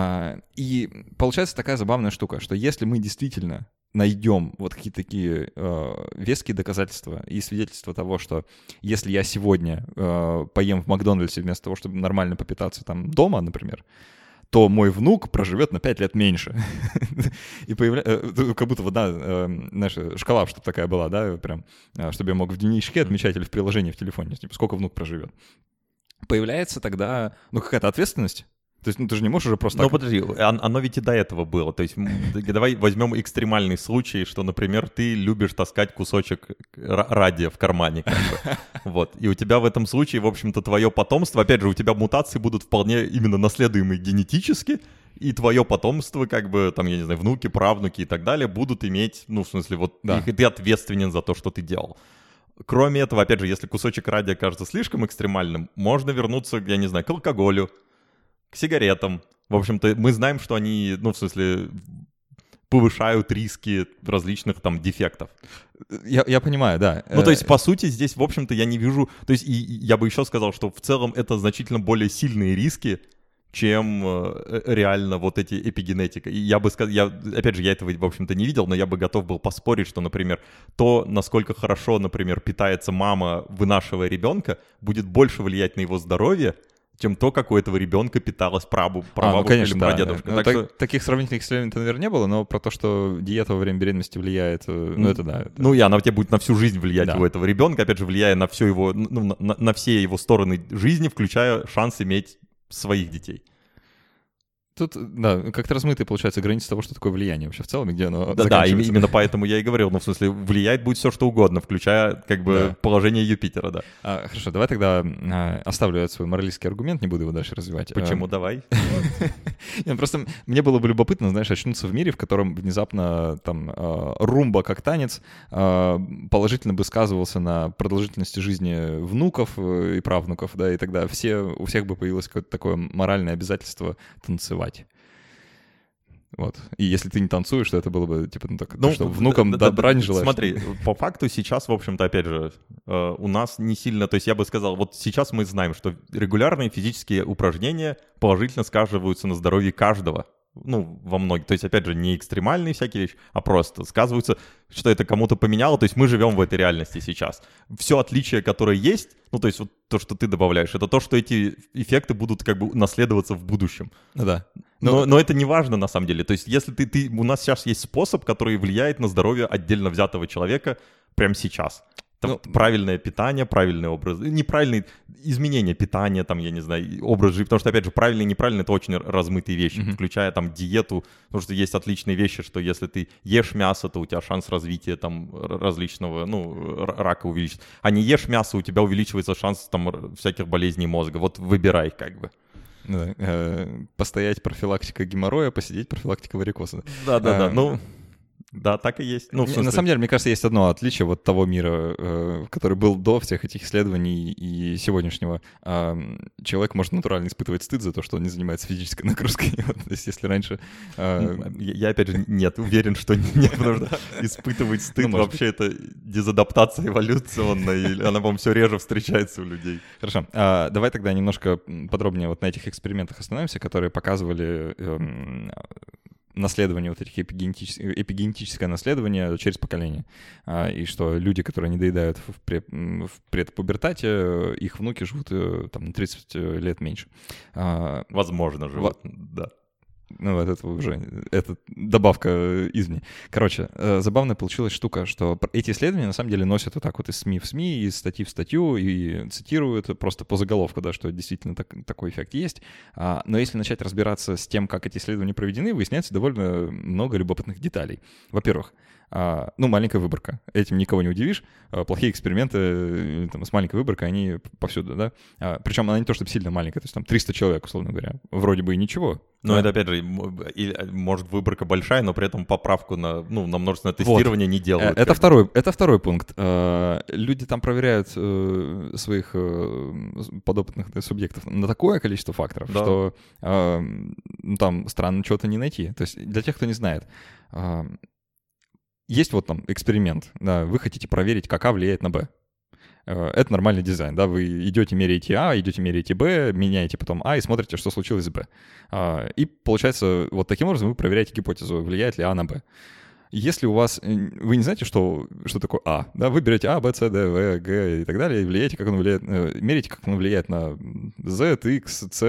И получается такая забавная штука, что если мы действительно найдем вот какие-то такие веские доказательства и свидетельства того, что если я сегодня поем в Макдональдсе вместо того, чтобы нормально попитаться там дома, например, то мой внук проживет на пять лет меньше. И появляется, как будто вот, да, знаешь, шкала, чтобы такая была, да, прям, чтобы я мог в дневничке отмечать или в приложении в телефоне, типа, сколько внук проживет. Появляется тогда, ну, какая-то ответственность. То есть, ну, ты же не можешь уже просто... Ну, так... подожди, оно ведь и до этого было. То есть, давай возьмем экстремальный случай, что, например, ты любишь таскать кусочек радия в кармане, как бы. Вот. И у тебя в этом случае, в общем-то, твое потомство, опять же, у тебя мутации будут вполне именно наследуемые генетически, и твое потомство, как бы, там, я не знаю, внуки, правнуки и так далее, будут иметь, ну, в смысле, вот, да. И ты ответственен за то, что ты делал. Кроме этого, опять же, если кусочек радия кажется слишком экстремальным, можно вернуться, я не знаю, к алкоголю, к сигаретам. В общем-то, мы знаем, что они, ну, в смысле, повышают риски различных там дефектов. Я, я понимаю, да. Ну, то есть, по сути, здесь, в общем-то, я не вижу... То есть, и, и я бы еще сказал, что в целом это значительно более сильные риски, чем э, реально вот эти эпигенетика. И я бы сказал, я, опять же, я этого, в общем-то, не видел, но я бы готов был поспорить, что, например, то, насколько хорошо, например, питается мама, вынашивая ребенка, будет больше влиять на его здоровье, чем то, как у этого ребенка питалась прабабушка а, ну, или прадедушка. Да. Так так, что... Таких сравнительных исследований, наверное, не было, но про то, что диета во время беременности влияет, ну, ну это да. Это... Ну и она тебе будет на всю жизнь влиять, да. У этого ребенка, опять же, влияя на, все его, ну, на, на все его стороны жизни, включая шанс иметь своих детей. Тут, да, как-то размытые, получается, границы того, что такое влияние вообще в целом, и где оно да, да, именно поэтому я и говорил, ну, в смысле, влиять будет все, что угодно, включая, как бы, да. положение Юпитера, да. А, хорошо, давай тогда а, оставлю свой моралистский аргумент, не буду его дальше развивать. Почему? А, давай. Просто мне было бы любопытно, знаешь, очнуться в мире, в котором внезапно там румба как танец положительно бы сказывался на продолжительности жизни внуков и правнуков, да, и тогда все, у всех бы появилось какое-то такое моральное обязательство танцевать. Вот. И если ты не танцуешь, то это было бы, типа, ну, так, ну, что внукам да, добра да, не желаешь. Смотри, по факту сейчас, в общем-то, опять же, э, у нас не сильно, то есть я бы сказал, вот сейчас мы знаем, что регулярные физические упражнения положительно сказываются на здоровье каждого. Ну, во многих, то есть, опять же, не экстремальные всякие вещи, а просто сказываются, что это кому-то поменяло, то есть мы живем в этой реальности сейчас. Все отличие, которое есть, ну, то есть вот то, что ты добавляешь, это то, что эти эффекты будут как бы наследоваться в будущем. Да. Но, но, но это не важно на самом деле, то есть если ты, ты, у нас сейчас есть способ, который влияет на здоровье отдельно взятого человека прямо сейчас. Там, ну, правильное питание, правильный образ, неправильные изменения питания, там, я не знаю, образ жизни, потому что, опять же, правильный и неправильный — это очень размытые вещи, mm-hmm. включая там диету, потому что есть отличные вещи, что если ты ешь мясо, то у тебя шанс развития там различного, ну, рака увеличится, а не ешь мясо, у тебя увеличивается шанс там всяких болезней мозга, вот выбирай как бы. Да, э, постоять профилактика геморроя, посидеть профилактика варикоза. Да-да-да, а, ну... Да, так и есть. Ну, на самом деле, мне кажется, есть одно отличие вот того мира, э, который был до всех этих исследований и сегодняшнего. Э, человек может натурально испытывать стыд за то, что он не занимается физической нагрузкой. Вот, то есть если раньше... Э... Я, я, опять же, нет, уверен, что нет, потому что испытывать стыд ну, вообще это дезадаптация эволюционная, и она, по-моему, все реже встречается у людей. Хорошо. А, давай тогда немножко подробнее вот на этих экспериментах остановимся, которые показывали... Э, наследование, вот этих эпигенетическое, эпигенетическое наследование через поколение. А, и что люди, которые не доедают в, пред, в предпубертате, их внуки живут там на тридцать лет меньше. А, Возможно, живут, Во... да. Ну, вот это уже, это добавка извне. Короче, забавная получилась штука, что эти исследования на самом деле носят вот так вот из СМИ в СМИ, из статьи в статью, и цитируют просто по заголовку, да, что действительно так, такой эффект есть. Но если начать разбираться с тем, как эти исследования проведены, выясняется довольно много любопытных деталей. Во-первых, А, ну, маленькая выборка. Этим никого не удивишь. А, плохие эксперименты там, с маленькой выборкой, они повсюду, да. А, причем она не то чтобы сильно маленькая, то есть там триста человек, условно говоря. Вроде бы и ничего. Но да. это, опять же, и, может, выборка большая, но при этом поправку на, ну, на множественное тестирование вот. Не делают. Это второй, это второй пункт. Люди там проверяют своих подопытных субъектов на такое количество факторов, да. что ну, там странно чего-то не найти. То есть для тех, кто не знает, есть вот там эксперимент, да, вы хотите проверить, как А влияет на Б. Это нормальный дизайн, да, вы идете, меряете А, идете, меряете Б, меняете потом А и смотрите, что случилось с Б. И получается, вот таким образом вы проверяете гипотезу, влияет ли А на Б. Если у вас... Вы не знаете, что, что такое А, да, вы берете А, Б, С, Д, В, Г и так далее, и влияете, как оно влияет, мерите, как оно влияет на Z, X, C,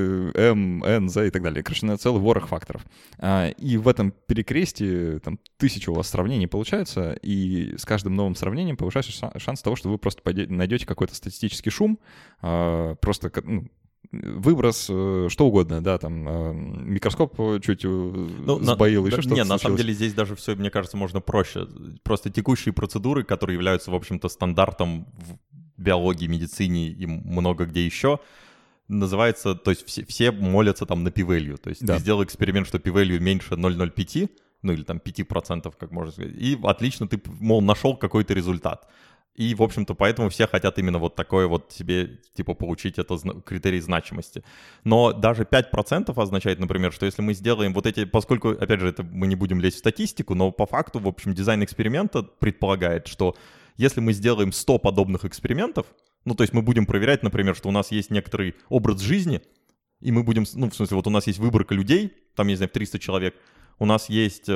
M, N, Z и так далее. Короче, на целый ворох факторов. И в этом перекрестии там тысяча у вас сравнений получается, и с каждым новым сравнением повышается шанс того, что вы просто найдете какой-то статистический шум, просто... Ну, выброс, что угодно, да, там микроскоп чуть ну, сбоил, на, еще да, что-то Не, случилось. на самом деле здесь даже все, мне кажется, можно проще. Просто текущие процедуры, которые являются, в общем-то, стандартом в биологии, медицине и много где еще, называется, то есть все, все молятся там на p-value. То есть да. Ты сделал эксперимент, что p-value меньше ноль целых ноль пять, ну или там пять процентов, как можно сказать, и отлично ты, мол, нашел какой-то результат. И, в общем-то, поэтому все хотят именно вот такое вот себе, типа, получить это критерий значимости. Но даже пять процентов означает, например, что если мы сделаем вот эти, поскольку, опять же, это мы не будем лезть в статистику, но по факту, в общем, дизайн эксперимента предполагает, что если мы сделаем сто подобных экспериментов, ну, то есть мы будем проверять, например, что у нас есть некоторый образ жизни, и мы будем, ну, в смысле, вот у нас есть выборка людей, там, я не знаю, триста человек, у нас есть...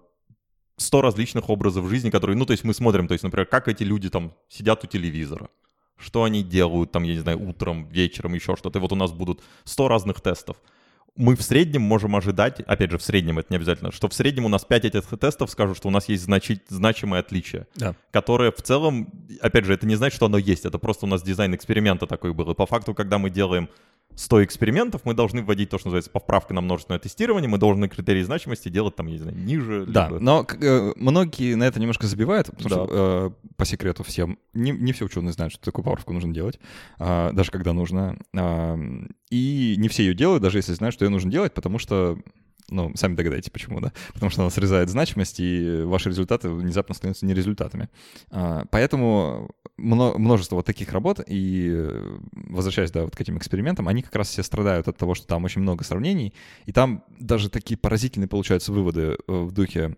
сто различных образов жизни, которые, ну, то есть мы смотрим, то есть, например, как эти люди там сидят у телевизора, что они делают там, я не знаю, утром, вечером, еще что-то. И вот у нас будут сто разных тестов. Мы в среднем можем ожидать, опять же, в среднем, это не обязательно, что в среднем у нас пять этих тестов скажут, что у нас есть значи- значимое отличие, да. Которое в целом, опять же, это не значит, что оно есть, это просто у нас дизайн эксперимента такой был. И по факту, когда мы делаем сто экспериментов, мы должны вводить то, что называется поправка на множественное тестирование, мы должны критерии значимости делать там, я не знаю, ниже. Да, либо... но э, многие на это немножко забивают, потому да. что, э, по секрету всем, не, не все ученые знают, что такую поправку нужно делать, э, даже когда нужно. Э, и не все ее делают, даже если знают, что ее нужно делать, потому что, ну, сами догадаетесь, почему, да? Потому что она срезает значимость, и ваши результаты внезапно становятся не результатами. Э, поэтому множество вот таких работ, и возвращаясь, да, вот к этим экспериментам, они как раз все страдают от того, что там очень много сравнений, и там даже такие поразительные получаются выводы в духе,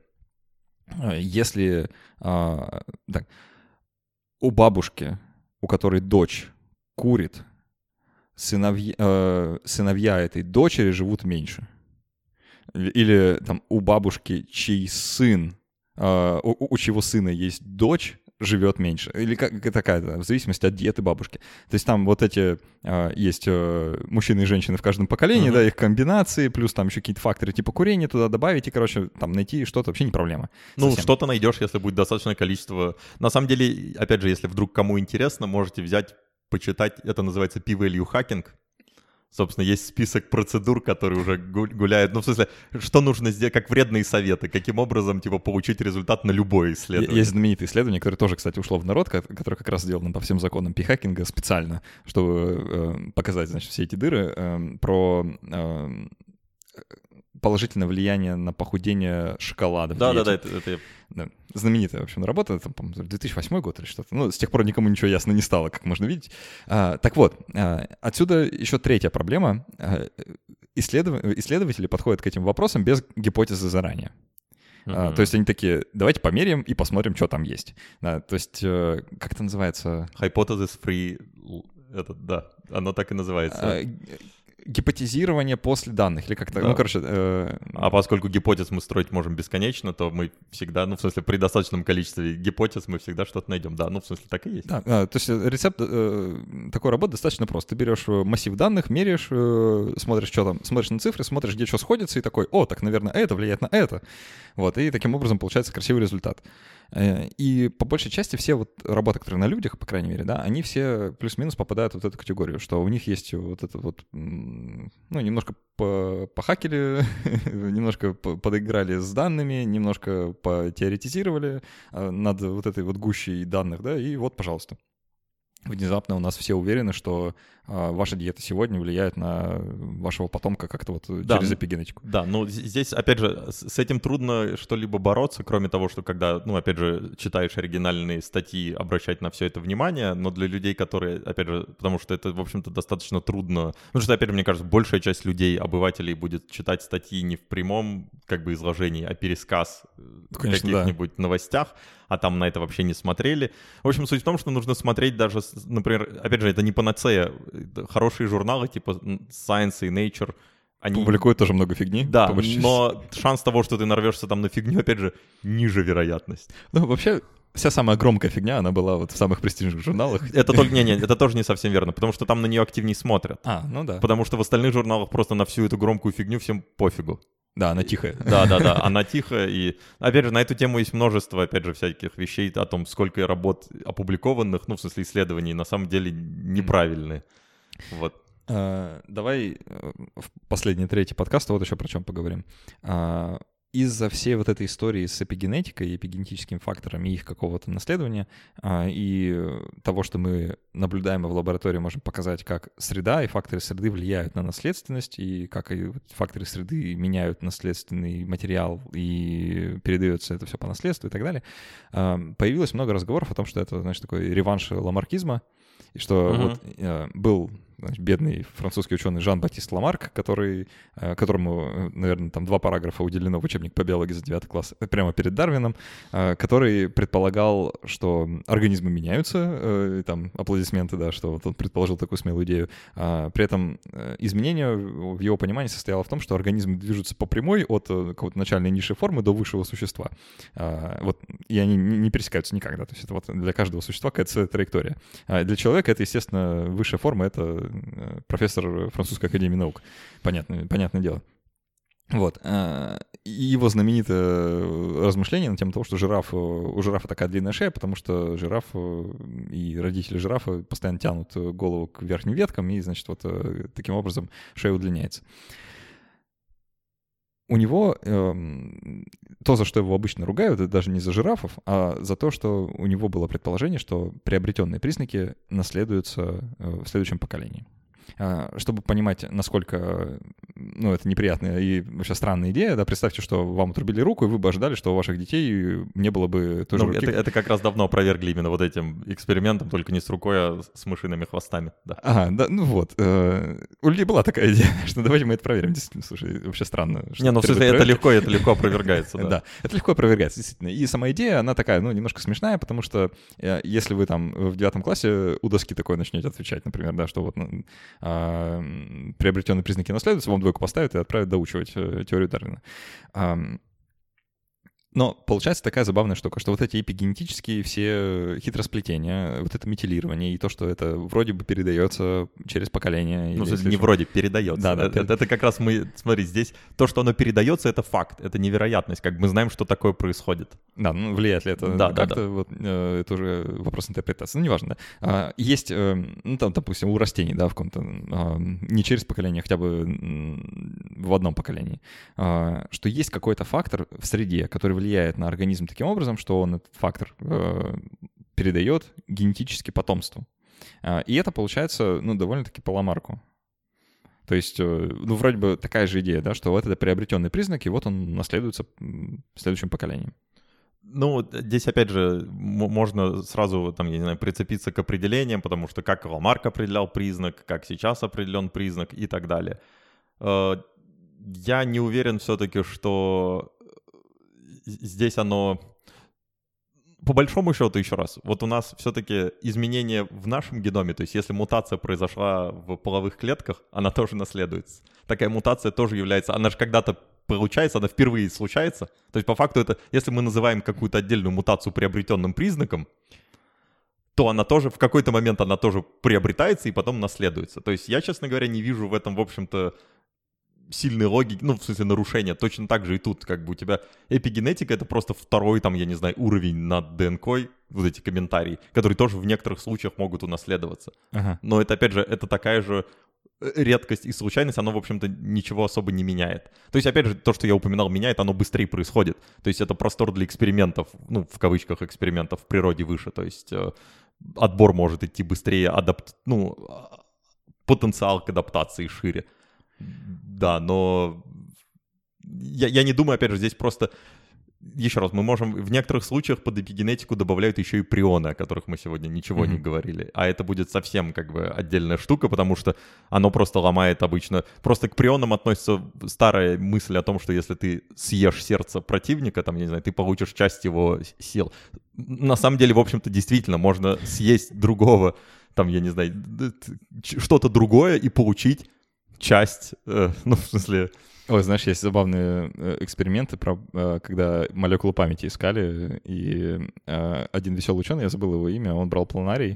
если а, так, у бабушки, у которой дочь курит, сыновья, э, сыновья этой дочери живут меньше. Или там у бабушки, чей сын, э, у, у чьего сына есть дочь, живет меньше. Или как такая, в зависимости от диеты бабушки. То есть там вот эти э, есть э, мужчины и женщины в каждом поколении, uh-huh. да, их комбинации, плюс там еще какие-то факторы типа курения туда добавить, и, короче, там найти что-то вообще не проблема. Ну, совсем. Что-то найдешь, если будет достаточное количество. На самом деле, опять же, если вдруг кому интересно, можете взять, почитать, это называется p-value hacking. Собственно, есть список процедур, которые уже гуляют. Ну, в смысле, что нужно сделать, как вредные советы, каким образом, типа, получить результат на любое исследование. Есть знаменитое исследование, которое тоже, кстати, ушло в народ, которое как раз сделано по всем законам пи-хакинга специально, чтобы э, показать, значит, все эти дыры, э, про э, положительное влияние на похудение шоколада. Да-да-да, это... это... Да. Знаменитая, в общем, работа, там, по-моему, две тысячи восьмой год или что-то. Ну, с тех пор никому ничего ясно не стало, как можно видеть. А, так вот, а, отсюда еще третья проблема. А, исследов... Исследователи подходят к этим вопросам без гипотезы заранее. Uh-huh. А, то есть они такие, давайте померяем и посмотрим, что там есть. А, то есть, как это называется? Hypothesis free, это, да, оно так и называется. А, гипотезирование после данных, или как-то, да. ну, короче... Э... А поскольку гипотез мы строить можем бесконечно, то мы всегда, ну, в смысле, при достаточном количестве гипотез мы всегда что-то найдем. Да, ну, в смысле, так и есть. Да, то есть рецепт э, такой работы достаточно прост. Ты берешь массив данных, меряешь, э, смотришь, что там, смотришь на цифры, смотришь, где что сходится, и такой, о, так, наверное, это влияет на это. Вот, и таким образом получается красивый результат. И по большей части все вот работы, которые на людях, по крайней мере, да, они все плюс-минус попадают в вот эту категорию, что у них есть вот это вот, ну, немножко похакили, немножко подыграли с данными, немножко потеоретизировали над вот этой вот гущей данных, да, и вот, пожалуйста. Внезапно у нас все уверены, что а, ваша диета сегодня влияет на вашего потомка как-то вот да, через эпигенетику. Да, ну здесь, опять же, с этим трудно что-либо бороться, кроме того, что когда, ну, опять же, читаешь оригинальные статьи, обращать на все это внимание, но для людей, которые, опять же, потому что это, в общем-то, достаточно трудно, потому что, опять же, мне кажется, большая часть людей, обывателей будет читать статьи не в прямом, как бы, изложении, а пересказ в каких-нибудь да. новостях, а там на это вообще не смотрели. В общем, суть в том, что нужно смотреть даже, например, опять же, это не панацея. Хорошие журналы типа Science и Nature, они... Публикуют тоже много фигни. Да, но шанс того, что ты нарвешься там на фигню, опять же, ниже вероятность. Ну, вообще, вся самая громкая фигня, она была вот в самых престижных журналах. Это только, не, не, это тоже не совсем верно, потому что там на нее активнее смотрят. А, ну да. Потому что в остальных журналах просто на всю эту громкую фигню всем пофигу. Да, она тихая. Да, да, да, она тихая. И, опять же, на эту тему есть множество, опять же, всяких вещей о том, сколько работ опубликованных, ну, в смысле исследований, на самом деле неправильные. Вот. Uh, давай в последний, третий подкаст вот еще про чем поговорим. Uh, из-за всей вот этой истории с эпигенетикой, эпигенетическими факторами их какого-то наследования uh, и того, что мы, наблюдаем в лаборатории, можем показать, как среда и факторы среды влияют на наследственность, и как и факторы среды меняют наследственный материал, и передается это все по наследству и так далее, uh, появилось много разговоров о том, что это, значит, такой реванш ламаркизма, и что uh-huh. вот uh, был... Значит, бедный французский ученый Жан-Батист Ламарк, который, которому, наверное, там два параграфа уделено в учебник по биологии за девятый класс, прямо перед Дарвином, который предполагал, что организмы меняются, там аплодисменты, да, что вот он предположил такую смелую идею. При этом изменение в его понимании состояло в том, что организмы движутся по прямой от какой-то начальной низшей формы до высшего существа. Вот, и они не пересекаются никогда. То есть это вот для каждого существа какая-то своя траектория. Для человека это, естественно, высшая форма — это профессор Французской академии наук. Понятно, понятное дело. Вот. И его знаменитое размышление на тему того, что жираф, у жирафа такая длинная шея, потому что жираф и родители жирафа постоянно тянут голову к верхним веткам, и, значит, вот таким образом шея удлиняется. У него э, то, за что его обычно ругают, это даже не за жирафов, а за то, что у него было предположение, что приобретенные признаки наследуются э, в следующем поколении. А, чтобы понимать, насколько, ну, это неприятная и вообще странная идея, да, представьте, что вам отрубили руку, и вы бы ожидали, что у ваших детей не было бы той же ну, руки. Это, это как раз давно опровергли именно вот этим экспериментом, только не с рукой, а с мышиными хвостами. Да. Ага, да, ну вот. Э, у людей была такая идея, что давайте мы это проверим. Действительно, слушай, вообще странно. Не, ну в смысле, это легко, это легко опровергается, да. Да, это легко опровергается, действительно. И сама идея, она такая, ну, немножко смешная, потому что если вы там в девятом классе у доски такое начнете отвечать, например, да, что вот приобретенные признаки наследуются, вам двойку поставят и отправят доучивать теорию Дарвина. Но получается такая забавная штука, что вот эти эпигенетические все хитросплетения, вот это метилирование и то, что это вроде бы передается через поколение. Ну, не вроде, передается. Да, да, это, это, это как раз мы, смотри, здесь то, что оно передается, это факт, это невероятность, как мы знаем, что такое происходит. Да, ну влияет ли это да, как-то, да, да. Вот, э, это уже вопрос интерпретации, ну неважно, да. А, есть, э, ну там, допустим, у растений, да, в каком-то, э, не через поколение, а хотя бы в одном поколении, э, что есть какой-то фактор в среде, который влияет на организм таким образом, что он этот фактор э, передает генетически потомству. Э, и это получается, ну, довольно-таки по Ламарку. То есть, э, ну, вроде бы такая же идея, да, что вот это приобретенный признак, и вот он наследуется в следующем поколении. Ну, здесь, опять же, можно сразу, там, я не знаю, прицепиться к определениям, потому что как Ламарк определял признак, как сейчас определен признак и так далее. Э, я не уверен все-таки, что здесь оно... по большому счету, еще раз, вот у нас все-таки изменение в нашем геноме, то есть если мутация произошла в половых клетках, она тоже наследуется. Такая мутация тоже является, она же когда-то получается, она впервые случается. То есть по факту это, если мы называем какую-то отдельную мутацию приобретенным признаком, то она тоже, в какой-то момент она тоже приобретается и потом наследуется. То есть я, честно говоря, не вижу в этом, в общем-то, сильной логики, ну, в смысле нарушения. Точно так же и тут, как бы у тебя эпигенетика — это просто второй, там, я не знаю, уровень над ДНК, вот эти комментарии, которые тоже в некоторых случаях могут унаследоваться. Ага. Но это, опять же, это такая же редкость и случайность, оно, в общем-то, ничего особо не меняет. То есть, опять же, то, что я упоминал, меняет, оно быстрее происходит. То есть это простор для экспериментов, ну, в кавычках экспериментов в природе выше. То есть э, отбор может идти быстрее, адапт... ну, потенциал к адаптации шире. Да, но я, я не думаю, опять же, здесь просто... Еще раз, мы можем... В некоторых случаях под эпигенетику добавляют еще и прионы, о которых мы сегодня ничего mm-hmm. не говорили. А это будет совсем как бы отдельная штука, потому что оно просто ломает обычно... Просто к прионам относится старая мысль о том, что если ты съешь сердце противника, там, я не знаю, ты получишь часть его сил. На самом деле, в общем-то, действительно, можно съесть другого, там, я не знаю, что-то другое и получить часть, э, ну, в смысле... Ой, знаешь, есть забавные эксперименты, про, когда молекулу памяти искали, и один веселый ученый, я забыл его имя, он брал планарий,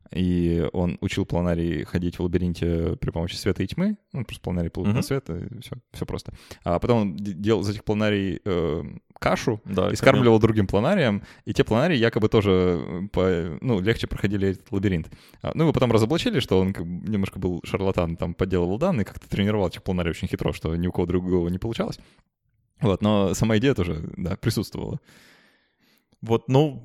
и он учил планарий ходить в лабиринте при помощи света и тьмы, ну, просто планарий плывет mm-hmm. на свет, и все, все просто. А потом он делал из этих планарий э, кашу да, и скармливал конечно. другим планариям, и те планарии якобы тоже по, ну, легче проходили этот лабиринт. А, ну, его потом разоблачили, что он как бы немножко был шарлатан, там подделывал данные, как-то тренировал этих планарий очень хитро, что ни у кого другого не получалось. Вот, но сама идея тоже, да, присутствовала. Вот, ну,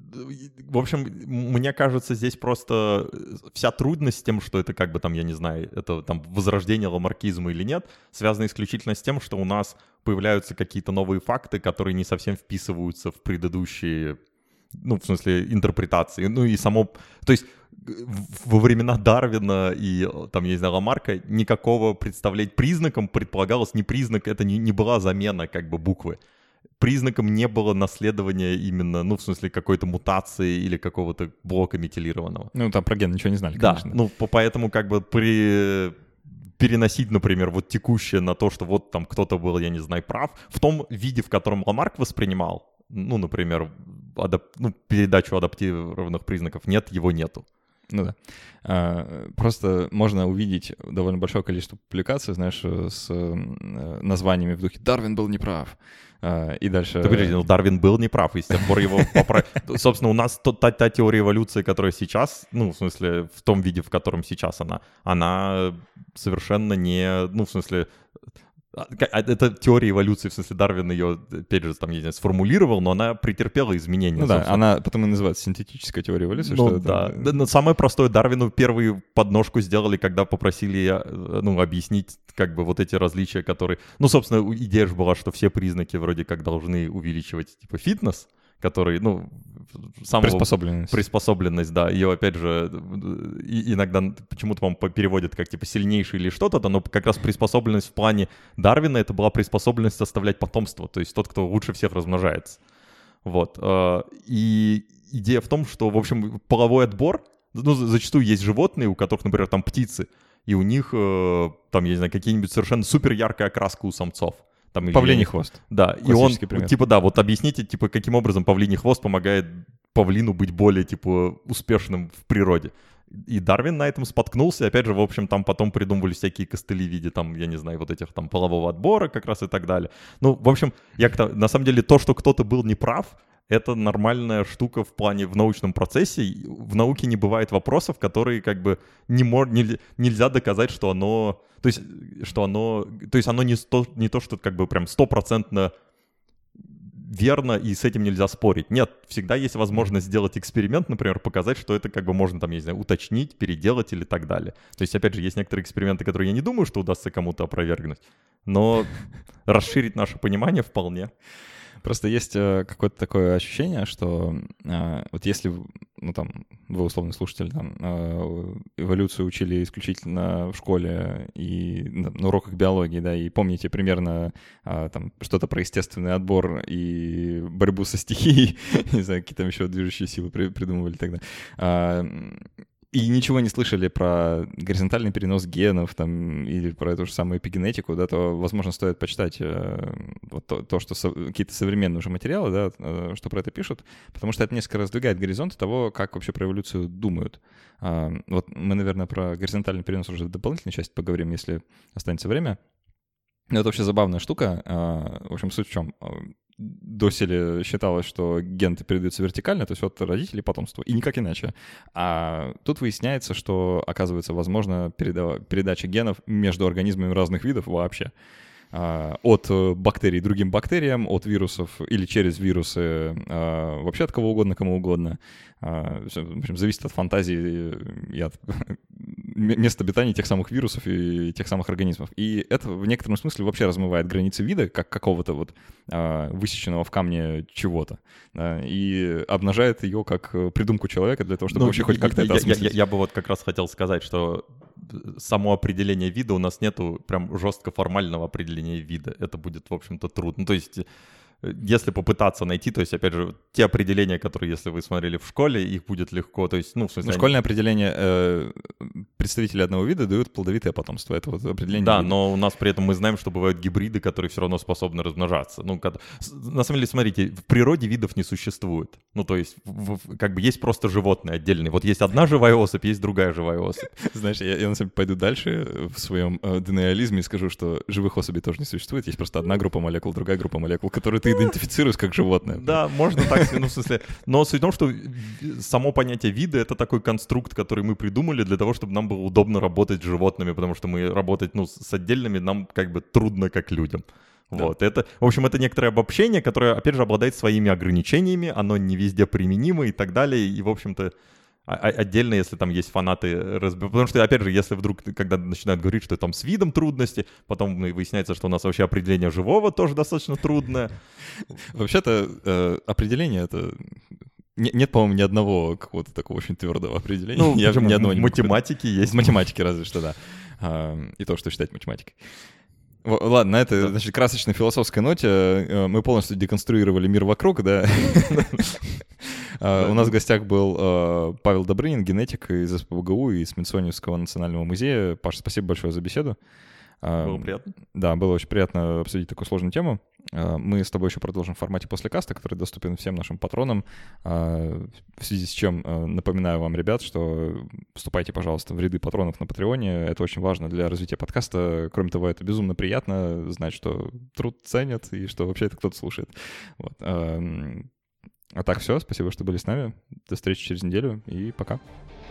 в общем, мне кажется, здесь просто вся трудность с тем, что это как бы там, я не знаю, это там возрождение ламаркизма или нет, связана исключительно с тем, что у нас появляются какие-то новые факты, которые не совсем вписываются в предыдущие, ну, в смысле, интерпретации. Ну и само, то есть во времена Дарвина и там, я не знаю, Ламарка никакого представлять признаком предполагалось не признак, это не, не была замена как бы буквы. Признаком не было наследования именно, ну, в смысле, какой-то мутации или какого-то блока метилированного. Ну, там про ген ничего не знали, да, конечно. Да, ну, поэтому как бы при... переносить, например, вот текущее на то, что вот там кто-то был, я не знаю, прав, в том виде, в котором Ламарк воспринимал, ну, например, адап... ну, передачу адаптированных признаков, нет, его нету. Ну да. А, просто можно увидеть довольно большое количество публикаций, знаешь, с названиями в духе «Дарвин был неправ». А, и дальше... Да, подожди, ну Дарвин был неправ, и с тех пор его поправили. Собственно, у нас та, та теория эволюции, которая сейчас, ну, в смысле, в том виде, в котором сейчас она, она совершенно не, ну, в смысле... Это теория эволюции, в смысле, Дарвин ее, опять же, там, я не знаю, сформулировал, но она претерпела изменения. Ну да, она потом и называется синтетическая теория эволюции. Ну что да, это... да, но самое простое, Дарвину первую подножку сделали, когда попросили, ну, объяснить, как бы, вот эти различия, которые... Ну, собственно, идея же была, что все признаки вроде как должны увеличивать, типа, фитнес, который, ну, самого... Приспособленность. Приспособленность, да. Ее, опять же, и, иногда почему-то, по-моему, переводят как, типа, сильнейший или что-то, но как раз приспособленность в плане Дарвина — это была приспособленность оставлять потомство, то есть тот, кто лучше всех размножается. Вот. И идея в том, что, в общем, половой отбор, ну, зачастую есть животные, у которых, например, там птицы, и у них, там, я не знаю, какие-нибудь совершенно супер яркая окраска у самцов. Там, павлиний или... хвост. Да, и он, пример. типа, да, вот объясните, типа, каким образом павлиний хвост помогает павлину быть более, типа, успешным в природе. И Дарвин на этом споткнулся, и, опять же, в общем, там потом придумывали всякие костыли в виде, там, я не знаю, вот этих, там, полового отбора как раз и так далее. Ну, в общем, я на самом деле, то, что кто-то был неправ, это нормальная штука в плане, в научном процессе. В науке не бывает вопросов, которые, как бы, не мор... нельзя доказать, что оно... То есть, что оно, то есть оно не, сто, не то, что как бы прям стопроцентно верно, и с этим нельзя спорить. Нет, всегда есть возможность сделать эксперимент, например, показать, что это как бы можно там, я не знаю, уточнить, переделать или так далее. То есть, опять же, есть некоторые эксперименты, которые я не думаю, что удастся кому-то опровергнуть, но расширить наше понимание вполне. Просто есть э, какое-то такое ощущение, что э, вот если, ну там, вы условный слушатель, там, э, эволюцию учили исключительно в школе и на, на уроках биологии, да, и помните примерно э, там что-то про естественный отбор и борьбу со стихией, не знаю, какие там еще движущие силы при, придумывали тогда, э, и ничего не слышали про горизонтальный перенос генов там, или про эту же самую эпигенетику, да, то, возможно, стоит почитать э, вот то, то, что со, какие-то современные уже материалы, да, э, что про это пишут, потому что это несколько раздвигает горизонты того, как вообще про эволюцию думают. Э, вот мы, наверное, про горизонтальный перенос уже в дополнительной части поговорим, если останется время. Но это вообще забавная штука. Э, в общем, суть в чем? Доселе считалось, что гены передаются вертикально, то есть от родителей потомству, и никак иначе. А тут выясняется, что, оказывается, возможно переда- передача генов между организмами разных видов вообще. От бактерий другим бактериям, от вирусов или через вирусы, вообще от кого угодно, кому угодно. В общем, зависит от фантазии и от места обитания тех самых вирусов и тех самых организмов. И это в некотором смысле вообще размывает границы вида, как какого-то вот высеченного в камне чего-то, и обнажает ее как придумку человека для того, чтобы ну, вообще хоть как-то я, это осмыслить. Я, я, я бы вот как раз хотел сказать, что само определение вида у нас нету прям жестко формального определения вида. Это будет, в общем-то, трудно. То есть если попытаться найти, то есть, опять же, те определения, которые, если вы смотрели в школе, их будет легко, то есть, ну, в смысле... Ну, школьное они... определение э, представители одного вида дают плодовитое потомство, это вот определение Да, вида. Но у нас при этом мы знаем, что бывают гибриды, которые все равно способны размножаться. Ну, когда... на самом деле, смотрите, в природе видов не существует. Ну, то есть, в, в, как бы есть просто животные отдельные. Вот есть одна живая особь, есть другая живая особь. Знаешь, я, я на самом деле пойду дальше в своем э, денеализме и скажу, что живых особей тоже не существует, есть просто одна группа молекул, другая группа молекул, которые ты идентифицируешь как животное. Да, можно так, ну, в смысле. Но суть в том, что само понятие вида — это такой конструкт, который мы придумали для того, чтобы нам было удобно работать с животными, потому что мы работать, ну, с отдельными нам как бы трудно, как людям. Да. Вот, это, в общем, это некоторое обобщение, которое, опять же, обладает своими ограничениями, оно не везде применимо и так далее, и, в общем-то, отдельно, если там есть фанаты, разб... потому что, опять же, если вдруг, когда начинают говорить, что там с видом трудности, потом выясняется, что у нас вообще определение живого тоже достаточно трудное. Вообще-то э, определение — это... Нет, по-моему, ни одного какого-то такого очень твердого определения. Ну, Я ни одного в не математике есть. В математике разве что, да. А, и то, что считать математикой. Ладно, на этой, значит, красочной философской ноте мы полностью деконструировали мир вокруг, да. У нас в гостях был Павел Добрынин, генетик из СПбГУ и Смитсонианского национального музея. Паша, спасибо большое за беседу. Было приятно. Да, было очень приятно обсудить такую сложную тему. Мы с тобой еще продолжим в формате после каста, который доступен всем нашим патронам. В связи с чем напоминаю вам, ребят, что вступайте, пожалуйста, в ряды патронов на Патреоне. Это очень важно для развития подкаста. Кроме того, это безумно приятно знать, что труд ценят и что вообще это кто-то слушает. Вот. А так все, спасибо, что были с нами. До встречи через неделю и пока.